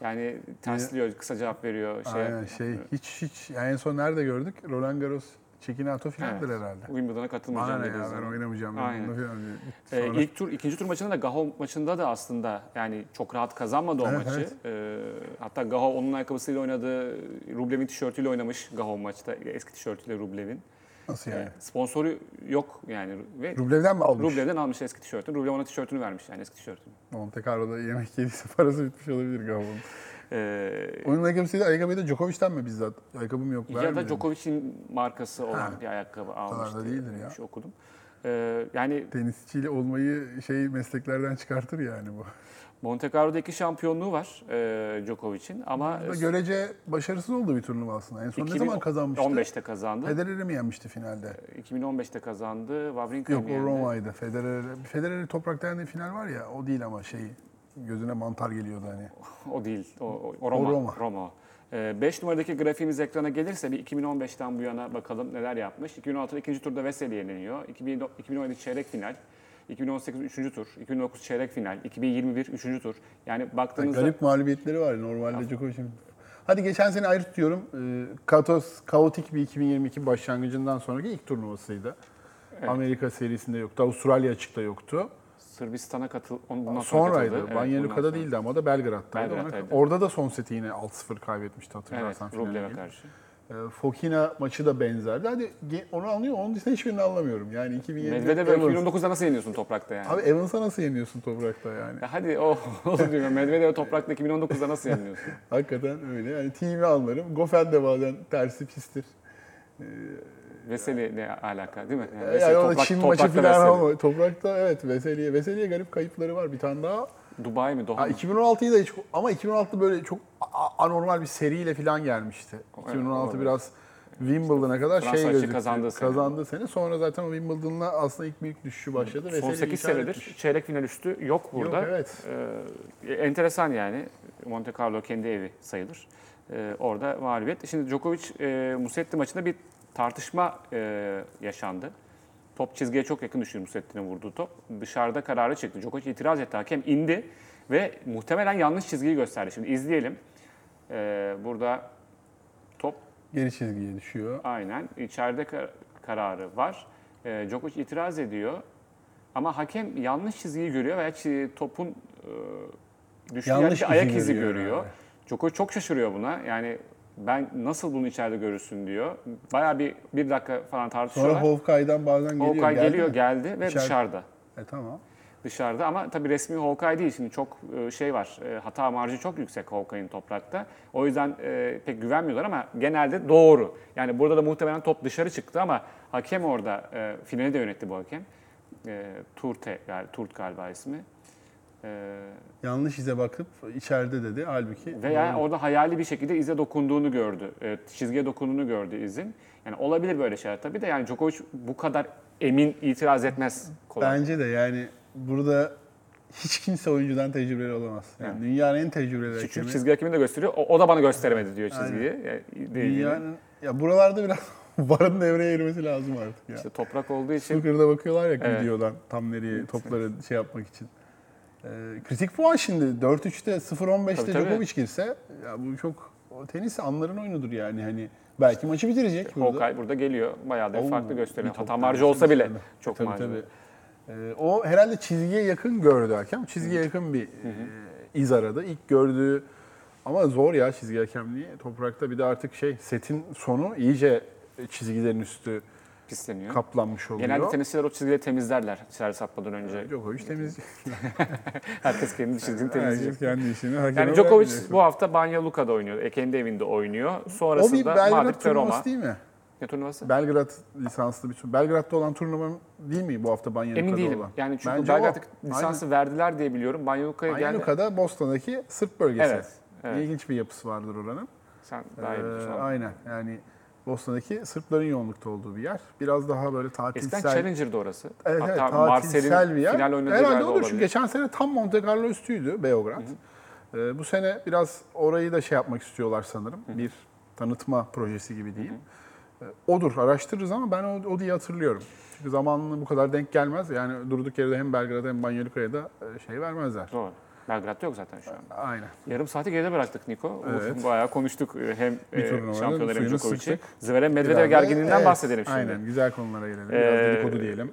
Yani tersliyor, kısa cevap veriyor. Aynen hiç yani en son nerede gördük? Roland Garros Çekinato filandır Evet. herhalde. Wimbledon'a katılmayacağım Bana ne dediği ya ben zaman. oynamayacağım. Aynen. Ben falan diye. Sonra- İkinci tur maçında da Gaho maçında da aslında yani çok rahat kazanmadı o Evet, maçı. Hatta Gaho onun ayakkabısıyla oynadı. Rublev'in tişörtüyle oynamış Gaho maçta. Eski tişörtüyle Rublev'in. Nasıl yani? Sponsoru yok yani. Ve Rublev'den mi almış? Rublev'den almış eski tişörtünü. Rublev ona tişörtünü vermiş yani eski tişörtünü. Monte Carlo'da yemek yediyse parası bitmiş olabilir Gaho'nun. Ee, Onun ayakkabıyı da Djokovic'ten mi bizzat? Ayakkabım yok. Ya vermedi da mi? Djokovic'in markası olan Ha. bir ayakkabı almış da diye değildir ya. bir şey okudum. Yani Tenisçiyle olmayı mesleklerden çıkartır yani bu. Monte Carlo'da 2 şampiyonluğu var Djokovic'in ama Bu da görece başarısız olduğu bir turnuva aslında. En son ne zaman kazanmıştı? 2015'te kazandı. Federer'i mi yenmişti finalde? 2015'te kazandı. Wawrinka'yı Yok mı o yendi? Roma'ydı. Federer'i toprakta yendiği final var ya o değil ama gözüne mantar geliyordu hani. O değil. O Roma. Roma. 5 numaradaki grafiğimiz ekrana gelirse bir 2015'ten bu yana bakalım neler yapmış. 2016'da ikinci turda Veseli yeniliyor. 2017 çeyrek final. 2018 3. tur, 2019 çeyrek final, 2021 3. tur. Yani baktığınızda Garip mağlubiyetleri var normalde Djokovic'in. Hadi geçen sene ayrı tutuyorum. Kaotik bir 2022 başlangıcından sonraki ilk turnuvasıydı. Evet. Amerika serisinde yoktu. Avustralya açıkta yoktu. Sırbistan'a bundan sonra Sonraydı. katıldı. Evet, Banya bundan Luka'da sonra. değildi ama o da Belgrad'daydı. Belgrad'daydı. Orada da son seti yine 6-0 kaybetmişti Evet, hatırlarsan. finale Rublev'e gelip. karşı. Fokina maçı da benzerdi. Hadi onu anlıyor, onun dışında hiçbirini anlamıyorum. Yani 2007'de Medvedev'e 2019'da nasıl yeniyorsun toprakta yani? Abi Evans'a nasıl yeniyorsun toprakta yani? Ya hadi o diyorum. Medvedev'e toprakta 2019'da nasıl yeniliyorsun? Hakikaten öyle. Yani team'i anlarım. Goffin de bazen tersi pistir. Veseli ne alaka değil mi? Yani o da Çin maçı toprakta falan Veseli. ama toprakta evet Veseli'ye garip kayıpları var. Bir tane daha. Dubai mi? Doha Ha, mı? 2016'yı da hiç ama 2016 böyle çok anormal bir seriyle falan gelmişti. 2016 olabilir. biraz Wimbledon'a kadar Fransa açığı gözüktü. kazandığı sene. sene. Sonra zaten o Wimbledon'la aslında ilk büyük düşüşü başladı. Son Veseli 8 işaret senedir etmiş. çeyrek final üstü yok burada. Yok, evet. Enteresan yani. Monte Carlo kendi evi sayılır. Orada mağlubiyet. Şimdi Djokovic Musetti maçında bir tartışma yaşandı. Top çizgiye çok yakın düştü Musetti'nin vurduğu top. Dışarıda kararı çıktı. Djokovic itiraz etti. Hakem indi ve muhtemelen yanlış çizgiyi gösterdi. Şimdi izleyelim. Burada top Geri çizgiye düşüyor. aynen içeride kararı var. Djokovic itiraz ediyor. Ama hakem yanlış çizgiyi görüyor veya topun düştüğü Yanlış yerde ayak izi izi görüyor görüyor. yani. Djokovic çok şaşırıyor buna. Yani ben nasıl bunu içeride görürsün diyor. Bayağı bir dakika falan Sonra tartışıyorlar. Hovkay'dan bazen geliyor. Hawkeye geldi mi? geldi ve İçeride. dışarıda. Tamam. Dışarıda ama tabii resmi Hawkeye değil. Şimdi çok var. Hata marjı çok yüksek Hawkeye'nin toprakta. O yüzden pek güvenmiyorlar ama genelde doğru. Yani burada da muhtemelen top dışarı çıktı ama hakem orada finali de yönetti bu hakem. Turt galiba ismi. Yanlış ize bakıp içeride dedi. Halbuki Veya orada hayali bir şekilde ize dokunduğunu gördü. Çizgiye dokunduğunu gördü izin. Yani olabilir böyle şeyler tabii de yani Djokovic bu kadar emin itiraz etmez kolay. Bence de yani burada hiç kimse oyuncudan tecrübeli olamaz. Yani dünyanın en tecrübeli Çünkü hakemi. çizgi hakemi de gösteriyor. O da bana gösteremedi diyor çizgiyi. Dünyanın ya buralarda biraz VAR'ın devreye girmesi lazım artık ya. İşte toprak olduğu için Snooker'da bakıyorlar ya Evet. videodan tam nereye topları yapmak için. Kritik puan şimdi 4-3'te 0-15'te Tabii, tabii. Djokovic girse ya bu çok tenis anların oyunudur yani hani belki maçı bitirecek burada. Hawkeye burada geliyor. Bayağı da Oo, farklı gösteriyor. bir top Hata marjı vermesi olsa bile mesela. çok Tabii, marjı. tabii. O herhalde çizgiye yakın gördü hakem. Çizgiye yakın bir iz aradı. İlk gördüğü ama zor ya çizgi hakemliği. Toprakta bir de artık setin sonu iyice çizgilerin üstü Pisleniyor. kaplanmış oluyor. Genelde tenisçiler o çizgileri temizlerler servis atmadan önce. Djokovic temiz. Herkes kendi çizgisini temizliyor. Herkes kendi işini hakeme Yani Djokovic bırakmıyor. bu hafta Banja Luka'da oynuyor. Kendi evinde oynuyor. O bir Sonrasında Belgrad Madrid ve Roma. turnuvası değil mi? Ne turnuvası? Belgrad lisanslı bir turnuva. Belgrad'da olan turnuva değil mi bu hafta Banja Emin Luka'da değilim. olan? Yani çünkü Bence o. Belgrad'daki lisansı verdiler diye biliyorum. Banja Luka'ya Banja geldi. Luka'da Boston'daki Sırp bölgesi. Evet, evet. İlginç bir yapısı vardır oranın. Sen daha iyi biliyorsun. Aynen yani Boston'daki Sırpların yoğunlukta olduğu bir yer. Biraz daha böyle tatilsel. Eskiden Challenger'dı orası. Evet, Hatta tatilsel Marcel'in bir yer. final oynadığı Herhalde galiba olur çünkü olabilir. geçen sene tam Monte Carlo üstüydü Beograd. Bu sene biraz orayı da yapmak istiyorlar sanırım. Bir tanıtma projesi gibi diyeyim. Odur, araştırırız ama ben o diye hatırlıyorum. Çünkü zamanlı bu kadar denk gelmez. Yani durduk yerde hem Belgrad'a hem Banja Luka'ya da vermezler. Doğru. Belgrad'da yok zaten şu an. Aynen. Yarım saati geride bıraktık Niko. Evet. Bayağı konuştuk hem turnuvanın şampiyonlar hem suyunu Djokovic'i. sıktık. Zverev Biraz Medvedev da- gerginliğinden evet, bahsedelim şimdi. Aynen, güzel konulara gelelim. Biraz dedikodu diyelim.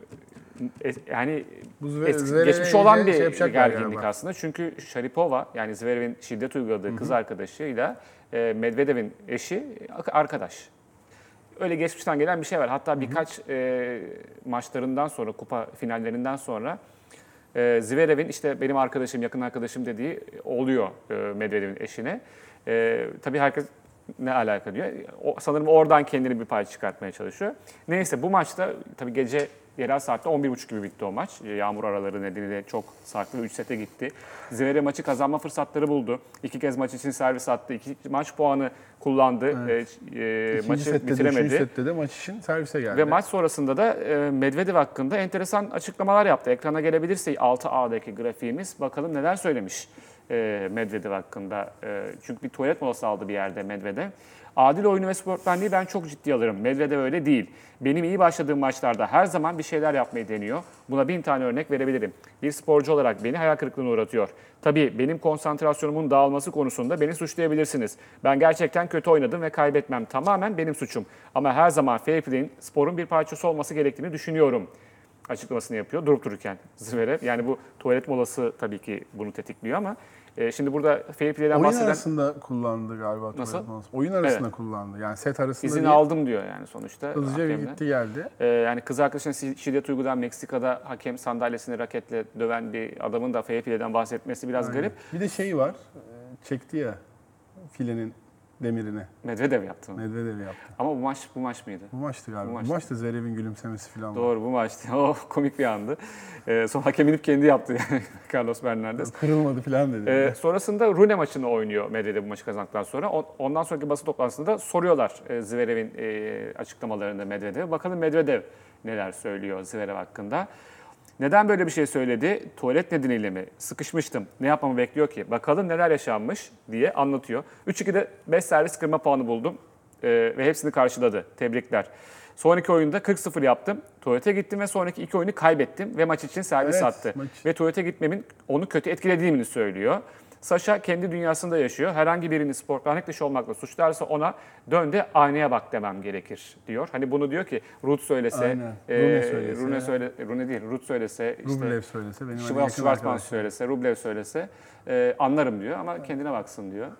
Yani Bu geçmiş olan bir yapacaklar gerginlik galiba. aslında. Çünkü Sharipova, yani Zverev'in şiddet uyguladığı kız arkadaşıyla Medvedev'in eşi arkadaş. Öyle geçmişten gelen bir şey var. Hatta birkaç maçlarından sonra, kupa finallerinden sonra Zverev'in işte benim arkadaşım, yakın arkadaşım dediği oluyor Medvedev'in eşine. Tabii herkes ne alaka diyor. Sanırım oradan kendini bir pay çıkartmaya çalışıyor. Neyse bu maçta tabii gece yerel saatte 11.30 gibi bitti o maç. Yağmur araları nedeniyle çok sarktı ve 3 sete gitti. Zverev maçı kazanma fırsatları buldu. 2 kez maç için servis attı. 2 maç puanı kullandı. İkinci Maçı sette de, bitiremedi. üçüncü sette de maç için servise geldi. Ve maç sonrasında da Medvedev hakkında enteresan açıklamalar yaptı. Ekrana gelebilirse 6A'daki grafiğimiz, bakalım neler söylemiş Medvedev hakkında. Çünkü bir tuvalet molası aldı bir yerde Medvedev. Adil oyunu ve sportmenliği ben çok ciddi alırım. Medvedev öyle değil. Benim iyi başladığım maçlarda her zaman bir şeyler yapmayı deniyor. Buna 1000 tane örnek verebilirim. Bir sporcu olarak beni hayal kırıklığına uğratıyor. Tabii benim konsantrasyonumun dağılması konusunda beni suçlayabilirsiniz. Ben gerçekten kötü oynadım ve kaybetmem tamamen benim suçum. Ama her zaman fair play'in sporun bir parçası olması gerektiğini düşünüyorum açıklamasını yapıyor durup dururken Zverev. Yani bu tuvalet molası tabii ki bunu tetikliyor ama şimdi burada fair play'den Oyun bahseden arasında kullandı galiba. Nasıl? tuvalet molası. Oyun arasında kullandı. Yani set arasında izin değil, aldım diyor yani sonuçta. hızlıca bir hakemden. gitti geldi. Yani kız arkadaşına şiddet uygulayan, Meksika'da hakem sandalyesini raketle döven bir adamın da fair play'den bahsetmesi biraz Aynen. garip. Bir de şey var, çekti ya filenin demirini. Medvedev yaptı onu. Medvedev yaptı. Ama bu maç mıydı? Bu maçtı galiba. Bu Bu maçtı. maçta Zverev'in gülümsemesi falan var. Doğru, bu maçtı. O komik bir andı. Sonra hakem inip kendi yaptı yani Carlos Bernardes. Kırılmadı falan dedi. Sonrasında Rune maçını oynuyor Medvedev bu maçı kazandıktan sonra. Ondan sonraki basın toplantısında soruyorlar Zverev'in açıklamalarında Medvedev'e. Bakalım Medvedev neler söylüyor Zverev hakkında. Neden böyle bir şey söyledi? Tuvalet nedeniyle mi? Sıkışmıştım. Ne yapmamı bekliyor ki? Bakalım neler yaşanmış diye anlatıyor. 3-2'de 5 servis kırma puanı buldum ve hepsini karşıladı. Tebrikler. Sonraki oyunda 40-0 yaptım. Tuvalete gittim ve sonraki 2 oyunu kaybettim ve maç için servis Evet, attı. maç. Ve tuvalete gitmemin onu kötü etkilediğini söylüyor. Sasha kendi dünyasında yaşıyor. Herhangi birini sportmenlik dışı olmakla suçlarsa ona dön de aynaya bak demem gerekir diyor. Hani bunu diyor ki Ruth söylese, Aynen. Rune söylese. Rune değil, Ruth söylese, Rublev söylese, benim hani Schwarz, yakın Schwarzman arkadaşım. söylese, Rublev söylese anlarım diyor ama kendine baksın diyor.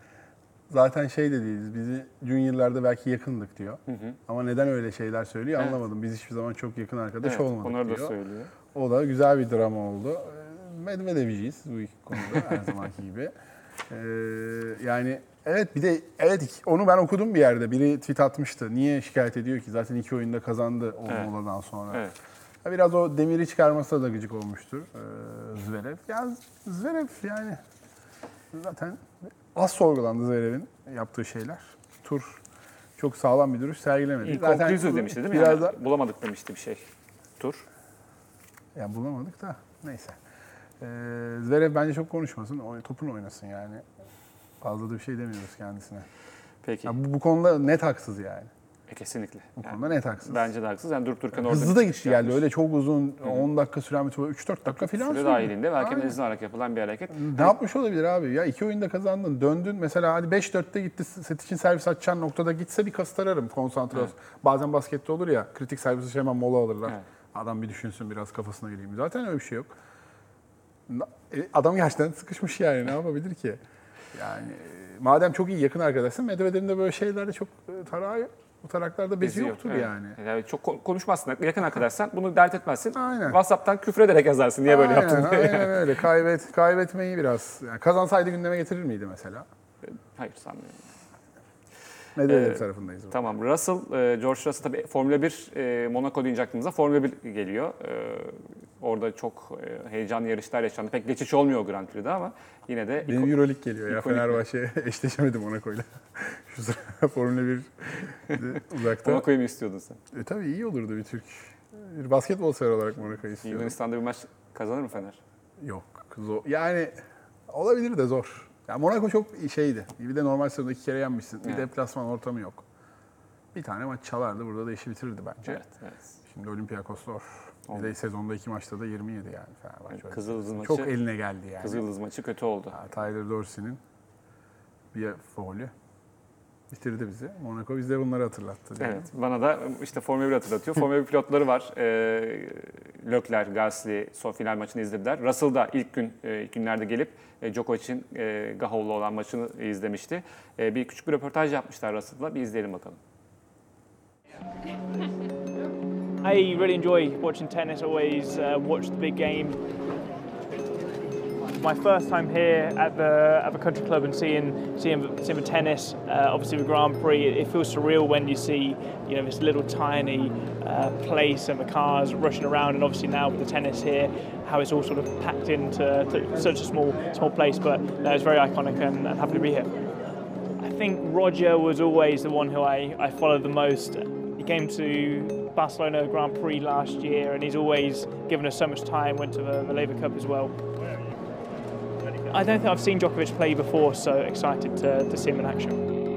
Zaten şey de değiliz, bizi juniorlarda belki yakındık diyor. Ama neden öyle şeyler söylüyor Evet. anlamadım. Biz hiçbir zaman çok yakın arkadaş Evet, olmadık onları da diyor. söylüyor. O da güzel bir drama oldu. Medvedevciyiz bu iki konuda her zamanki gibi. Yani evet, bir de evet, onu ben okudum bir yerde. Biri tweet atmıştı. Niye şikayet ediyor ki? Zaten 2 oyunda kazandı o Evet. moladan sonra. Evet. Biraz o demiri çıkarması da gıcık olmuştur Zverev. Ya Zverev yani zaten az sorgulandı Zverev'in yaptığı şeyler. Tur çok sağlam bir duruş sergilemedi. Inconclusive demişti değil mi? Biraz Yani da bulamadık demişti bir şey. Tur. ya bulamadık da neyse. Zverev bence çok konuşmasın. Topunu oynasın yani. Fazla da bir şey demiyoruz kendisine. Peki. Ya bu konuda net haksız yani. Kesinlikle. Bu Yani konuda net haksız. bence de haksız. Yani durup dururken orada Hızlı bir da çıkış gitti geldi. yapmış. Öyle çok uzun 10 dakika süren bir tur, 3-4 dakika falan Süre sürdü. dahilinde ve hakemin Aynen. izin alarak yapılan bir hareket. Ne yapmış olabilir abi? Ya 2 oyunda kazandın, döndün. Mesela hadi 5-4'te gitti, set için servis atacağın noktada gitse bir kasıt ararım konsantrasyon. Bazen baskette olur ya, kritik servis için hemen mola alırlar. Evet. Adam bir düşünsün, biraz kafasına gireyim. Zaten öyle bir şey yok. Adam gerçekten sıkışmış yani, ne yapabilir ki? Yani madem çok iyi yakın arkadaşsın, Medvedev'in de böyle şeylerde çok bu taraklarda bezi yoktur Evet. yani. Yani çok konuşmazsın. Yakın arkadaşsan bunu dert etmezsin. Aynen. WhatsApp'tan küfrederek yazarsın. Niye böyle yaptın diye. Aynen öyle. Kaybetmeyi biraz. Yani kazansaydı gündeme getirir miydi mesela? Hayır sanmıyorum. Medvedev tarafındayız. Tamam. George Russell tabii Formula 1, Monaco deyince aklımıza Formula 1 geliyor. Orada çok heyecanlı yarışlar yaşandı. Pek geçiş olmuyor o Grand Prix'de ama yine de Benim Euroleague geliyor ya. ikonik. Fenerbahçe eşleşemedi Monaco'yla. Şu sıra Formula 1 uzakta. Monaco'yu mu istiyordun sen? Tabii iyi olurdu bir Türk. Bir basketbol sever olarak Monaco'yu istiyorum. Yunanistan'da bir maç kazanır mı Fener? Yok. Zor. Yani olabilir de zor. Ya Monaco çok şeydi. Bir de normal sezonda 2 kere yenmişsin. Bir Evet. deplasman ortamı yok. Bir tane maç çalardı. Burada da işi bitirirdi bence. Evet. Şimdi Olympiakos zor. Bir de sezonda 2 maçta da 27 yani Fenerbahçe. Kızıldız maçı, Çok eline geldi yani. Kızıldız maçı kötü oldu. Tyler Dorsey'nin bir faulü bitirdi bizi. Monaco bizde bunları hatırlattı. Evet, bana da işte Formula 1 hatırlatıyor. Formula 1 pilotları var. Leclerc, Gasly son final maçını izlediler. Russell da ilk günlerde gelip Djokovic'in Gaho'la olan maçını izlemişti. Bir küçük bir röportaj yapmışlar Russell'la. Bir izleyelim bakalım. I really enjoy watching tennis. Always watch the big game. My first time here at the country club and seeing the tennis, obviously the Grand Prix, it feels surreal when you see this little tiny place and the cars rushing around, and obviously now with the tennis here, how it's all sort of packed into such a small place. But no, it's very iconic and happy to be here. I think Roger was always the one who I followed the most. He came to Barcelona Grand Prix last year, and he's always given us so much time. Went to the Labour Cup as well. I don't think I've seen Djokovic play before, so excited to see him in action.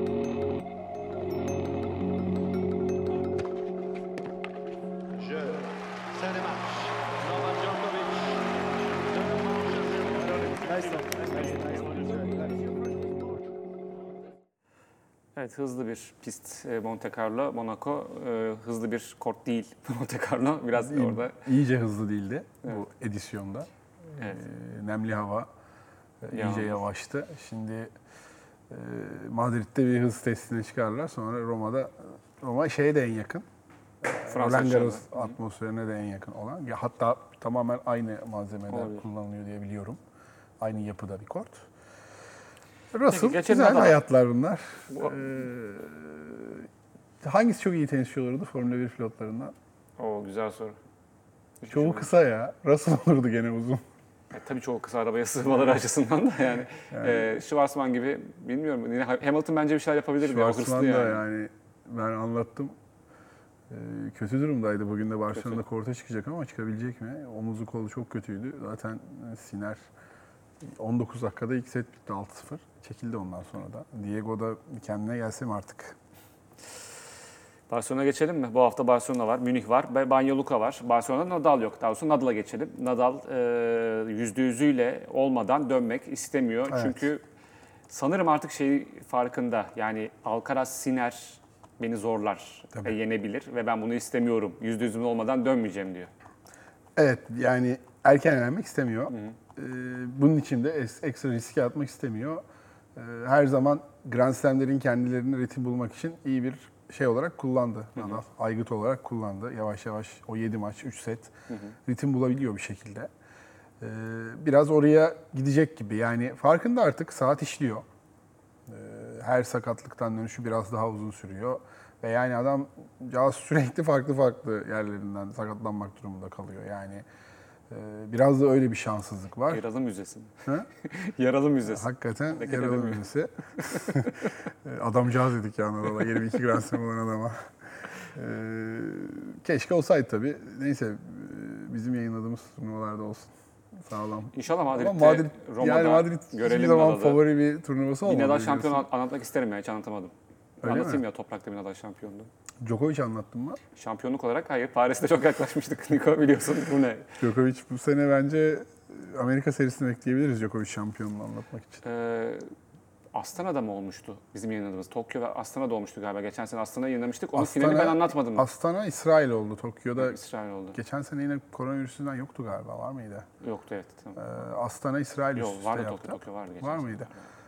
Evet, hızlı bir pist Monte Carlo, Monaco. Hızlı bir kort değil Monte Carlo. Biraz orada... İyice hızlı değildi bu edisyonda. Evet. Nemli hava iyice yavaştı. Şimdi Madrid'de bir hız testine çıkarlar. Sonra Roma şeye de en yakın. Roland Garros atmosferine de en yakın olan. Hatta tamamen aynı malzemeler kullanılıyor diye biliyorum. Aynı yapıda bir kort. Russell, güzel hayatlar bunlar. Hangisi çok iyi tenisçi olurdu Formula 1 pilotlarından? Güzel soru. Çoğu kısa ya. Russell olurdu gene uzun. Tabii çoğu kısa arabaya sığmaları açısından da yani. Schwarzman gibi bilmiyorum. Yine Hamilton bence bir şeyler yapabilirdi. Schwarzman da yani ben anlattım. Kötü durumdaydı. Bugün de Barcelona'da korta çıkacak ama çıkabilecek mi? Omuzu kolu çok kötüydü. Zaten Sinner 19 dakikada ilk set bitti 6-0. Çekildi ondan sonra da. Diego da kendine gelse mi artık? Barcelona'ya geçelim mi? Bu hafta Barcelona var, Münih var, Banja Luka var. Barcelona'da Nadal yok. Daha doğrusu Nadal'a geçelim. Nadal %100'üyle olmadan dönmek istemiyor. Evet. Çünkü sanırım artık farkında. Yani Alcaraz, Sinner beni zorlar ve yenebilir ve ben bunu istemiyorum. %100'üm olmadan dönmeyeceğim diyor. Evet, yani erken elenmek istemiyor. Bunun için de ekstra riske atmak istemiyor. Her zaman Grand Slam'lerin kendilerine ritim bulmak için iyi bir şey olarak kullandı Nadal. Aygıt olarak kullandı. Yavaş yavaş o 7 maç, 3 set ritim bulabiliyor bir şekilde. Biraz oraya gidecek gibi. Yani farkında artık saat işliyor. Her sakatlıktan dönüşü biraz daha uzun sürüyor. Ve yani adam sürekli farklı yerlerinden sakatlanmak durumunda kalıyor. Yani biraz da öyle bir şanssızlık var. Yaralı müzesi. Yaralı müzesi. Hakikaten yaralı müzesi. Adamcağız dedik yani Nadal'a. 22 Grand Slam olan adama. Keşke olsaydı tabii. Neyse bizim yayınladığımız turnuvalarda olsun. Sağlam. İnşallah Madrid'de, Roma'da yani Madrid hiçbir zaman Nadal'ı. Favori bir turnuvası olmadı. Bir Nadal şampiyonu anlatmak isterim ya, hiç anlatamadım. Öyle Anlatayım mi? Ya toprakta bir Nadal şampiyonluğu. Djokovic anlattın mı? Şampiyonluk olarak hayır. Paris'te çok yaklaşmıştık Niko, biliyorsun. Bu ne? Djokovic bu sene bence Amerika serisini bekleyebiliriz Djokovic şampiyonluğunu anlatmak için. Astana'da mı olmuştu bizim yayınladığımız? Tokyo ve Astana'da olmuştu galiba. Geçen sene Astana'yı yayınlamıştık. Onun finali ben anlatmadım. Astana İsrail oldu. Tokyo'da İsrail oldu. Geçen sene yine koronavirüsünden yoktu galiba. Var mıydı? Yoktu, evet. Tamam. Astana İsrail üst üste vardı, yaptı. Tokyo vardı. Var mıydı?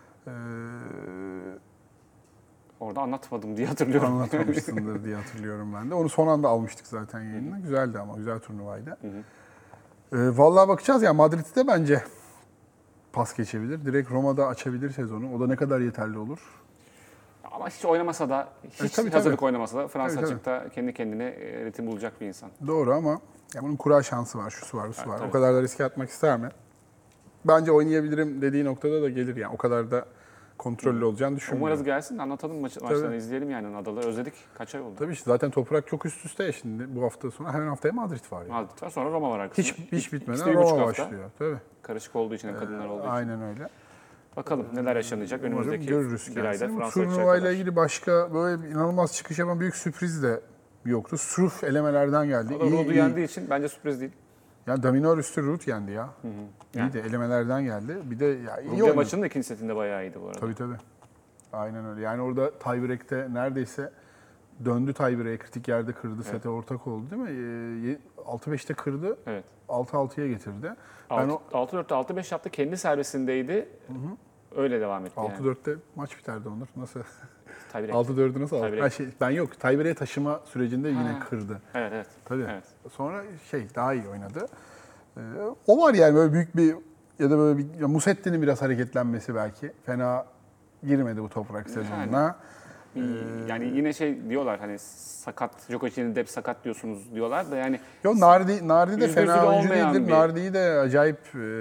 Orada anlatmadım diye hatırlıyorum. Anlatmamışsındır diye hatırlıyorum ben de. Onu son anda almıştık zaten yayınına. Güzeldi ama güzel turnuvaydı. Vallahi bakacağız ya, Madrid'de bence pas geçebilir. Direkt Roma'da açabilir sezonu. O da ne kadar yeterli olur? Ama hiç oynamasa da, hiç hazırlık oynamasa da Fransa açıkta kendi kendine ritim bulacak bir insan. Doğru ama ya bunun kura şansı var, şusu var, busu var. O kadar da riske atmak ister mi? Bence oynayabilirim dediği noktada da gelir yani. O kadar da kontrollü olacağını düşünmüyorum. Umarız gelsin, anlatalım maçlarını izleyelim yani Nadal'ı. Özledik, kaç ay oldu? Tabii işte zaten toprak çok üst üste ya şimdi. Bu hafta sonra hemen haftaya Madrid var. Yani. Madrid var, sonra Roma var arkasında. Hiç bitmeden Roma başlıyor. Tabii. Karışık olduğu için, kadınlar olduğu için. Aynen öyle. Bakalım neler yaşanacak önümüzdeki görürüz bir ayda bu Fransa açığa turnuvayla kadar. ilgili başka böyle inanılmaz çıkış yapan büyük sürpriz de yoktu. Sırf elemelerden geldi. O da Ruud'u yendiği için bence sürpriz değil. Ya Dominor üstü Ruud yendi ya. Yani. İyi de elemelerden geldi. Bir de ya iyi Rublev oynadı. maçının da ikinci setinde bayağı iyiydi bu arada. Tabii. Aynen öyle. Yani orada tiebreak'te neredeyse döndü tiebreak'e, kritik yerde kırdı. Sete ortak oldu değil mi? 6-5'te kırdı. Evet. 6-6'ya getirdi. Ben o 6-4'te 6-5 yaptı. Kendi servisindeydi. Öyle devam etti yani. 6-4'te maç biterdi Onur. Nasıl? Tiebreak. 6-4'ü nasıl aldı? Tiebreak. Ben yok. Tiebreak'e taşıma sürecinde yine kırdı. Evet. Tabii. Evet. Sonra daha iyi oynadı. O var yani böyle büyük bir ya da böyle bir Musetti'nin biraz hareketlenmesi belki. Fena girmedi bu toprak sezonuna. Yani yine şey diyorlar hani sakat, Djokovic'in de hep sakat diyorsunuz diyorlar da yani Yo Nardi de %100'ü fena de oyuncu olmayan değildir. bir- Nardi'yi de acayip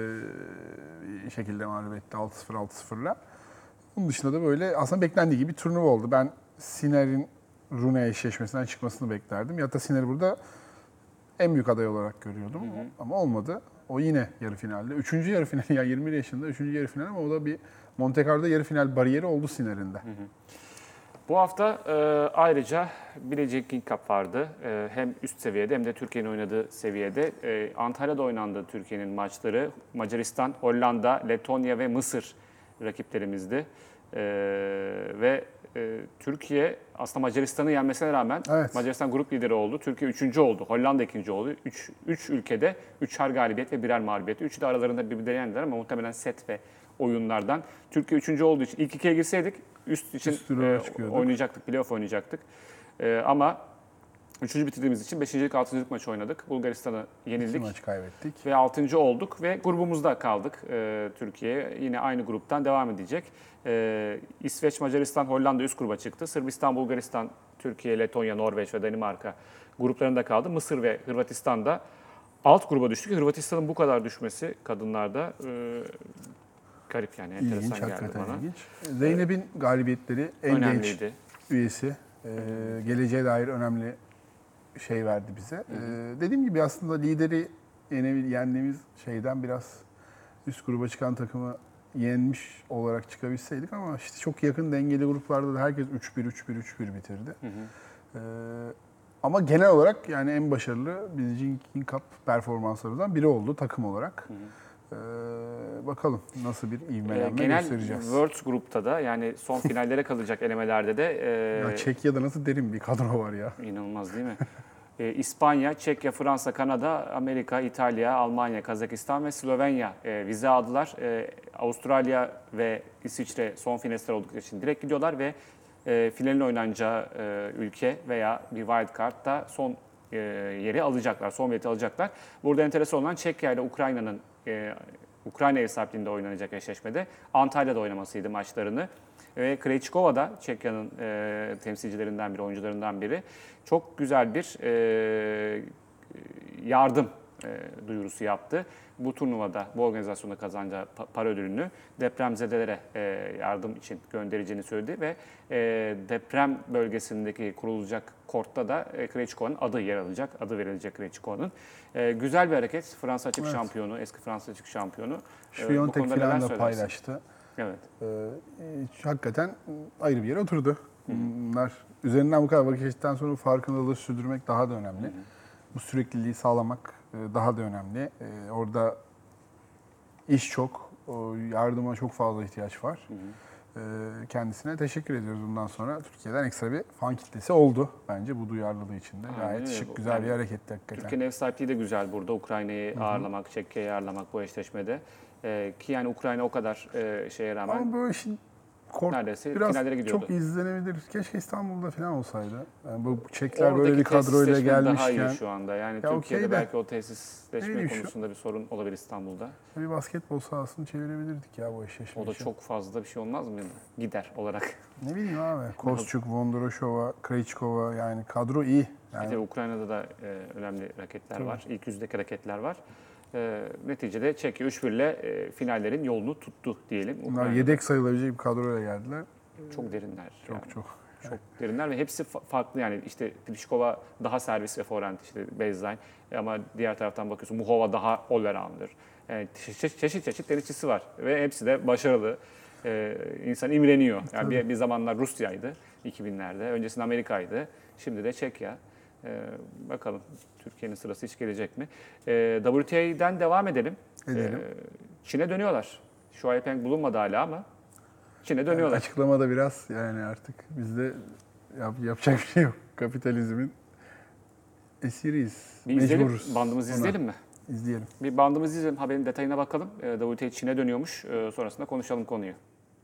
şekilde mağlup etti 6-0'la. Bunun dışında da böyle aslında beklendiği gibi bir turnuva oldu. Ben Sinner'in Rune eşleşmesinden çıkmasını beklerdim. Ya da Sinner'i burada en büyük aday olarak görüyordum. Ama olmadı. O yine yarı finalde. Üçüncü yarı final, yani 21 yaşında üçüncü yarı final ama o da bir Monte Carlo'da yarı final bariyeri oldu Sinner'in de. bu hafta ayrıca Billie King Cup vardı. Hem üst seviyede hem de Türkiye'nin oynadığı seviyede. Antalya'da oynandı Türkiye'nin maçları. Macaristan, Hollanda, Letonya ve Mısır rakiplerimizdi. Ve Türkiye aslında Macaristan'ı yenmesine rağmen Evet. Macaristan grup lideri oldu. Türkiye 3. oldu. Hollanda 2. oldu. 3 ülkede 3'er galibiyet ve 1'er mağlubiyet. Üçü de aralarında birbirlerini yendiler ama muhtemelen set ve oyunlardan. Türkiye 3. olduğu için ilk ikiye girseydik üst için Üst tura çıkıyorduk. oynayacaktık, playoff oynayacaktık. Ama 3. bitirdiğimiz için 5. 6. maç oynadık. Bulgaristan'ı İki yenildik. maç kaybettik. Ve 6. olduk ve grubumuzda kaldık Türkiye. Yine aynı gruptan devam edecek. İsveç, Macaristan, Hollanda üst gruba çıktı. Sırbistan, Bulgaristan, Türkiye, Letonya, Norveç ve Danimarka gruplarında kaldı. Mısır ve Hırvatistan da alt gruba düştük. Hırvatistan'ın bu kadar düşmesi kadınlarda garip yani enteresan İlginç, geldi hakikaten bana. ilginç. Zeynep'in galibiyetleri en genç Önemliydi. üyesi. Geleceğe dair önemli şey verdi bize. Dediğim gibi aslında lideri yendiğimiz şeyden biraz üst gruba çıkan takımı yenmiş olarak çıkabilseydik ama işte çok yakın dengeli gruplarda da herkes 3-1 bitirdi. Ama genel olarak yani en başarılı Billie King Cup performanslarımızdan biri oldu takım olarak. Bakalım nasıl bir ivmelenme Genel göstereceğiz. World Group'ta da yani son finallere kalacak elemelerde de Ya Çekya'da nasıl derin bir kadro var ya. İnanılmaz değil mi? İspanya, Çekya, Fransa, Kanada, Amerika, İtalya, Almanya, Kazakistan ve Slovenya vize aldılar. Avustralya ve İsviçre son finalistler oldukları için direkt gidiyorlar ve finalin oynanacağı ülke veya bir wild card da son yeri alacaklar, son bileti alacaklar. Burada enteresan olan Çekya ile Ukrayna'nın Ukrayna ev sahipliğinde oynanacak eşleşmede Antalya'da oynamasıydı maçlarını. Ve Krejcikova da Çekya'nın temsilcilerinden biri, oyuncularından biri. Çok güzel bir yardım duyurusu yaptı. Bu turnuvada, bu organizasyonda kazanacağı para ödülünü depremzedelere yardım için göndereceğini söyledi ve deprem bölgesindeki kurulacak kortta da Krejcikova'nın adı yer alacak, adı verilecek Krejcikova'nın. Güzel bir hareket. Fransa açık şampiyonu, eski Fransa açık şampiyonu. Şviyontek neler falan da söylersin? paylaştı. Evet. Hakikaten ayrı bir yere oturdu. Bunlar üzerinden bu kadar vakit geçtikten sonra farkındalığı sürdürmek daha da önemli. Bu sürekliliği sağlamak daha da önemli. Orada iş çok, yardıma çok fazla ihtiyaç var. Kendisine teşekkür ediyoruz bundan sonra. Türkiye'den ekstra bir fan kitlesi oldu bence bu duyarlılığı için de. Gayet öyle. şık, güzel bir hareketti hakikaten. Türkiye'nin ev sahipliği de güzel burada. Ukrayna'yı ağırlamak, Çekya'yı ağırlamak bu eşleşmede. Ki yani Ukrayna o kadar şeye rağmen Ama böyle işin kort neredeyse biraz finallere gidiyordu. çok izlenebilir. Keşke İstanbul'da falan olsaydı. Yani bu Çekler Oradaki böyle bir kadroyla tesisleşme daha gelmişken iyi şu anda. Yani Ya Türkiye'de okey de. belki o tesisleşme Neydi şu? konusunda bir sorun olabilir İstanbul'da. bir basketbol sahasını çevirebilirdik ya bu eşleşme O da için. çok fazla bir şey olmaz mı gider olarak? Ne bileyim abi. Kozçuk, Vondroshova, Krejcikova yani kadro iyi. Yani Tabii Ukrayna'da da önemli raketler var. İlk yüzdeki raketler var. Neticede Çekya 3-1 ile finallerin yolunu tuttu diyelim. bunlar Ukrayna'da. yedek sayılabilecek bir kadroyla geldiler. Çok derinler. Çok yani. çok. Çok derinler ve hepsi farklı yani işte Pliskova daha servis ve forehand işte baseline ama diğer taraftan bakıyorsun Muhova daha all-rounder. Yani çeşit tenisçisi var ve hepsi de başarılı. İnsan imreniyor. Yani bir zamanlar Rusya'ydı 2000'lerde. Öncesinde Amerika'ydı. Şimdi de Çekya. Bakalım Türkiye'nin sırası hiç gelecek mi? WTA'den devam edelim. Edelim. Çin'e dönüyorlar. Shuai Peng bulunmadı hala ama Çin'e dönüyorlar. Açıklamada biraz yani artık bizde yapacak bir şey yok. Kapitalizmin esiriyiz. Bir izleyelim, Mecburuz. bandımızı ona. izleyelim mi? İzleyelim. Bir bandımızı izleyelim, haberin detayına bakalım. WTA Çin'e dönüyormuş. Sonrasında konuşalım konuyu.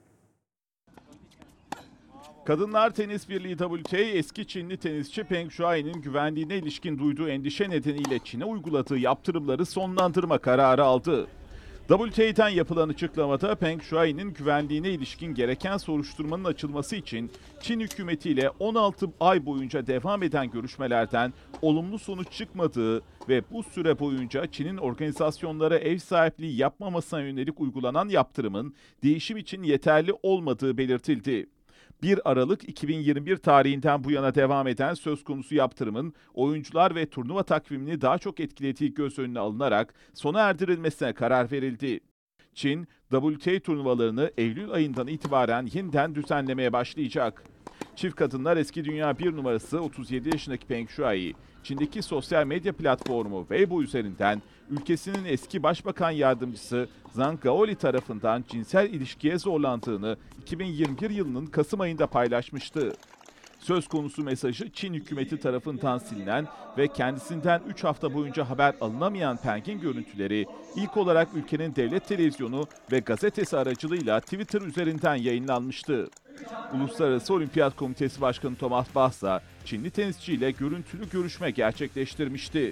Kadınlar Tenis Birliği WTA eski Çinli tenisçi Peng Shuai'nin güvenliğine ilişkin duyduğu endişe nedeniyle Çin'e uyguladığı yaptırımları sonlandırma kararı aldı. WTA'den yapılan açıklamada Peng Shuai'nin güvenliğine ilişkin gereken soruşturmanın açılması için Çin hükümetiyle 16 ay boyunca devam eden görüşmelerden olumlu sonuç çıkmadığı ve bu süre boyunca Çin'in organizasyonlara ev sahipliği yapmamasına yönelik uygulanan yaptırımın değişim için yeterli olmadığı belirtildi. 1 Aralık 2021 tarihinden bu yana devam eden söz konusu yaptırımın oyuncular ve turnuva takvimini daha çok etkilediği göz önüne alınarak sona erdirilmesine karar verildi. Çin, WTA turnuvalarını Eylül ayından itibaren yeniden düzenlemeye başlayacak. Çift kadınlar eski dünya 1 numarası 37 yaşındaki Peng Shuai, Çin'deki sosyal medya platformu Weibo üzerinden ülkesinin eski başbakan yardımcısı Zhang Gaoli tarafından cinsel ilişkiye zorlandığını 2021 yılının Kasım ayında paylaşmıştı. Söz konusu mesajı Çin hükümeti tarafından silinen ve kendisinden 3 hafta boyunca haber alınamayan Peng'in görüntüleri ilk olarak ülkenin devlet televizyonu ve gazetesi aracılığıyla Twitter üzerinden yayınlanmıştı. Uluslararası Olimpiyat Komitesi Başkanı Thomas Bach ise Çinli tenisçiyle görüntülü görüşme gerçekleştirmişti.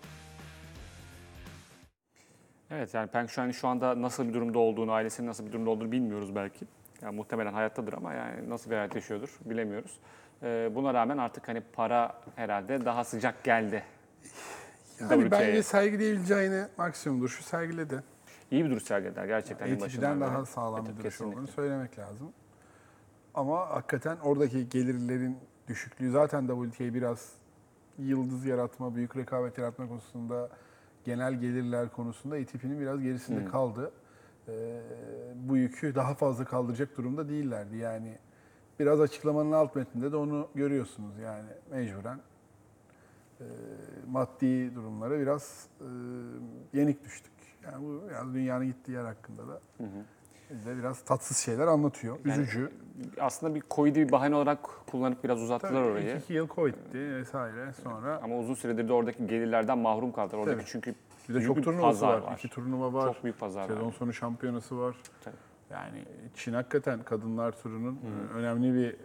Evet, yani Peng Shuai'nin şu anda nasıl bir durumda olduğunu, ailesinin nasıl bir durumda olduğunu bilmiyoruz belki. Yani muhtemelen hayattadır ama yani nasıl bir hayat yaşıyordur bilemiyoruz. Buna rağmen artık hani para herhalde daha sıcak geldi. Yani WTA'ye. bence sergileyebileceğini maksimum duruşu sergiledi. İyi bir duruş sergilediler gerçekten. en başından ATP'den beri. daha sağlam Evet, bir duruş kesinlikle. olduğunu söylemek lazım. Ama hakikaten oradaki gelirlerin düşüklüğü zaten WTA biraz yıldız yaratma, büyük rekabet yaratma konusunda, genel gelirler konusunda ATP'nin biraz gerisinde kaldı. Bu yükü daha fazla kaldıracak durumda değillerdi. Yani biraz açıklamanın alt metninde de onu görüyorsunuz. Yani mecburen maddi durumlara biraz yenik düştük. Yani bu biraz dünyanın gittiği yer hakkında da bize biraz tatsız şeyler anlatıyor. Yani Üzücü. aslında bir Covid'i bir bahane olarak kullanıp biraz uzattılar Tabii orayı. 2 yıl Covid'di vesaire sonra. Ama uzun süredir de oradaki gelirlerden mahrum kaldılar. Oradaki Tabii. çünkü Bir de büyük çok bir turnuvası pazar var. 2 turnuva var. Çok büyük pazar Sezon var. sonu şampiyonası var. Tabii. Yani Çin hakikaten kadınlar turunun önemli bir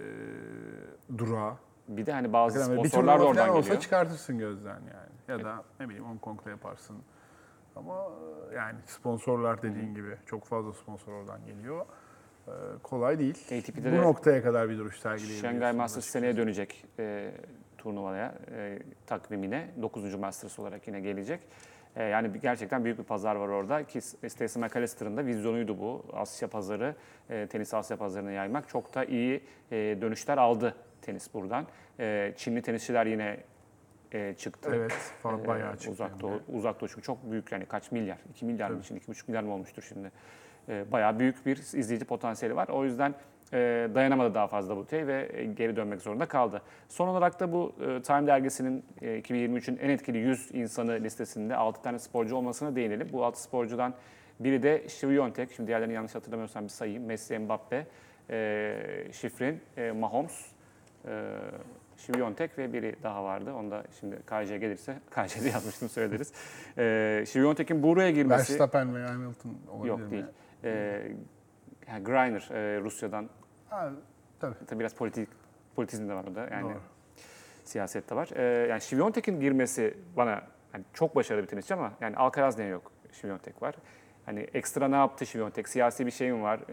durağı. Bir de hani bazı Yani bir sponsorlar da turnuva oradan falan geliyor. olsa çıkartırsın gözden yani. Ya da ne bileyim Hong Kong'da yaparsın. Ama yani sponsorlar dediğin gibi çok fazla sponsor oradan geliyor. Kolay değil. ATP'de Bu de noktaya kadar bir duruş sergileyebiliyorsunuz. Shanghai Masters açıkçası. seneye dönecek turnuvaya, takvimine. 9. Masters olarak yine gelecek. Yani gerçekten büyük bir pazar var orada ki Stacey McAllister'ın da vizyonuydu bu. Asya pazarı, tenis Asya pazarına yaymak. Çok da iyi dönüşler aldı tenis buradan. Çinli tenisçiler yine çıktı. Evet, bayağı çıktı. Uzak Doğu çünkü çok büyük yani kaç milyar? 2 milyar mı şimdi? 2,5 milyar mı olmuştur şimdi? Bayağı büyük bir izleyici potansiyeli var. O yüzden dayanamadı daha fazla WTA ve geri dönmek zorunda kaldı. Son olarak da bu Time dergisinin 2023'ün en etkili 100 insanı listesinde 6 tane sporcu olmasına değinelim. Bu 6 sporcudan biri de Świątek. Şimdi diğerlerini yanlış hatırlamıyorsam bir sayayım. Messi, Mbappe, Şifrin, Mahomes, Świątek ve biri daha vardı. Onu da şimdi KJ gelirse, KJ'de yazmıştım söyleriz. Świątek'in buraya girmesi... Verstappen veya Hamilton olabilir Yok mi? değil. Griner Rusya'dan. Ha, tabii. Tabii biraz politizm de var orada. Yani Doğru. siyaset de var. Yani Świątek'in girmesi bana hani çok başarılı bir tenisçi ama yani Alcaraz diye yok. Świątek var. Hani ekstra ne yaptı Świątek? Siyasi bir şey mi var?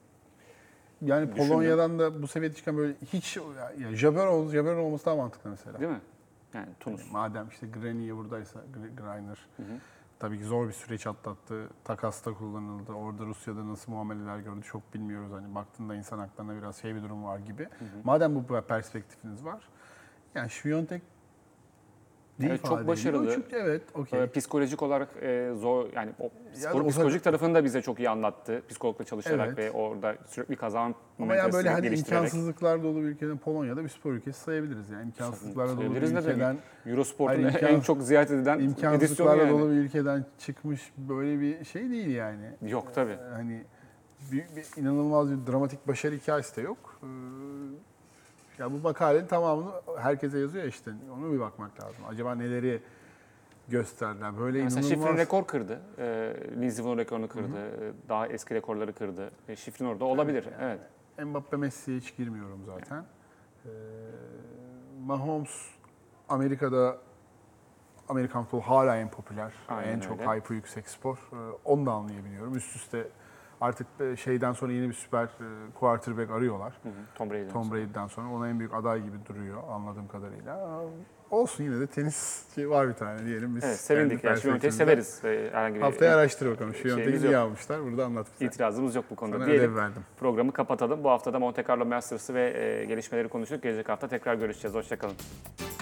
Yani Düşündüm. Polonya'dan da bu seviyede çıkan böyle hiç ya Jabber olması daha mantıklı mesela. Değil mi? Yani Tunus. Madem işte Grenier buradaysa Griner. Tabii ki zor bir süreç atlattı. Takasta kullanıldı. Orada Rusya'da nasıl muameleler gördü çok bilmiyoruz. Hani baktığında insan haklarında biraz şey bir durum var gibi. Madem bu perspektifiniz var. Yani Świątek değil Evet, çok ifade başarılı. ediyor. Çünkü evet, okey. Psikolojik olarak zor, yani o o psikolojik tarafını da bize çok iyi anlattı. Psikologla çalışarak Evet. ve orada sürekli kazanma Ama yani böyle hani geliştirerek. imkansızlıklar dolu bir ülkeden Polonya'da bir spor ülkesi sayabiliriz. Yani imkansızlıklarla dolu bir Sayabiliriz ne demek? ülkeden, Eurosport'un Hayır, en çok ziyaret edilen edisyonu imkansızlıklarla yani. dolu bir ülkeden çıkmış böyle bir şey değil yani. Yok tabii. Hani büyük bir, inanılmaz bir dramatik başarı hikayesi de yok. Ya bu makalenin tamamını herkese yazıyor ya işte. Ona bir bakmak lazım. Acaba neleri gösterdiler? Böyle Mesela inanılmaz... Şifrin rekor kırdı. Lindsey Vonn rekorunu kırdı. Daha eski rekorları kırdı. Şifrin orada olabilir. Evet. Mbappe, Messi'ye hiç girmiyorum zaten. Mahomes Amerika'da, Amerikan futbolu hala en popüler, Aynen en çok öyle. hype'ı yüksek spor. Onu da anlayabiliyorum. Üst üste artık şeyden sonra yeni bir süper quarterback arıyorlar. Tom Brady'den Tom sonra. Brady'den sonra ona en büyük aday gibi duruyor anladığım kadarıyla. Olsun, yine de tenis var bir tane diyelim biz. Evet, sevindik. Yani Şviyontek'i severiz. Herhangi bir Haftaya araştır bakalım. Şviyontek'i şeyimiz niye yok. almışlar? Burada anlat bize. itirazımız yok bu konuda. Sana Diyelim, ödev verdim. programı kapatalım. Bu hafta da Monte Carlo Masters'ı ve gelişmeleri konuştuk. Gelecek hafta tekrar görüşeceğiz. Hoşçakalın.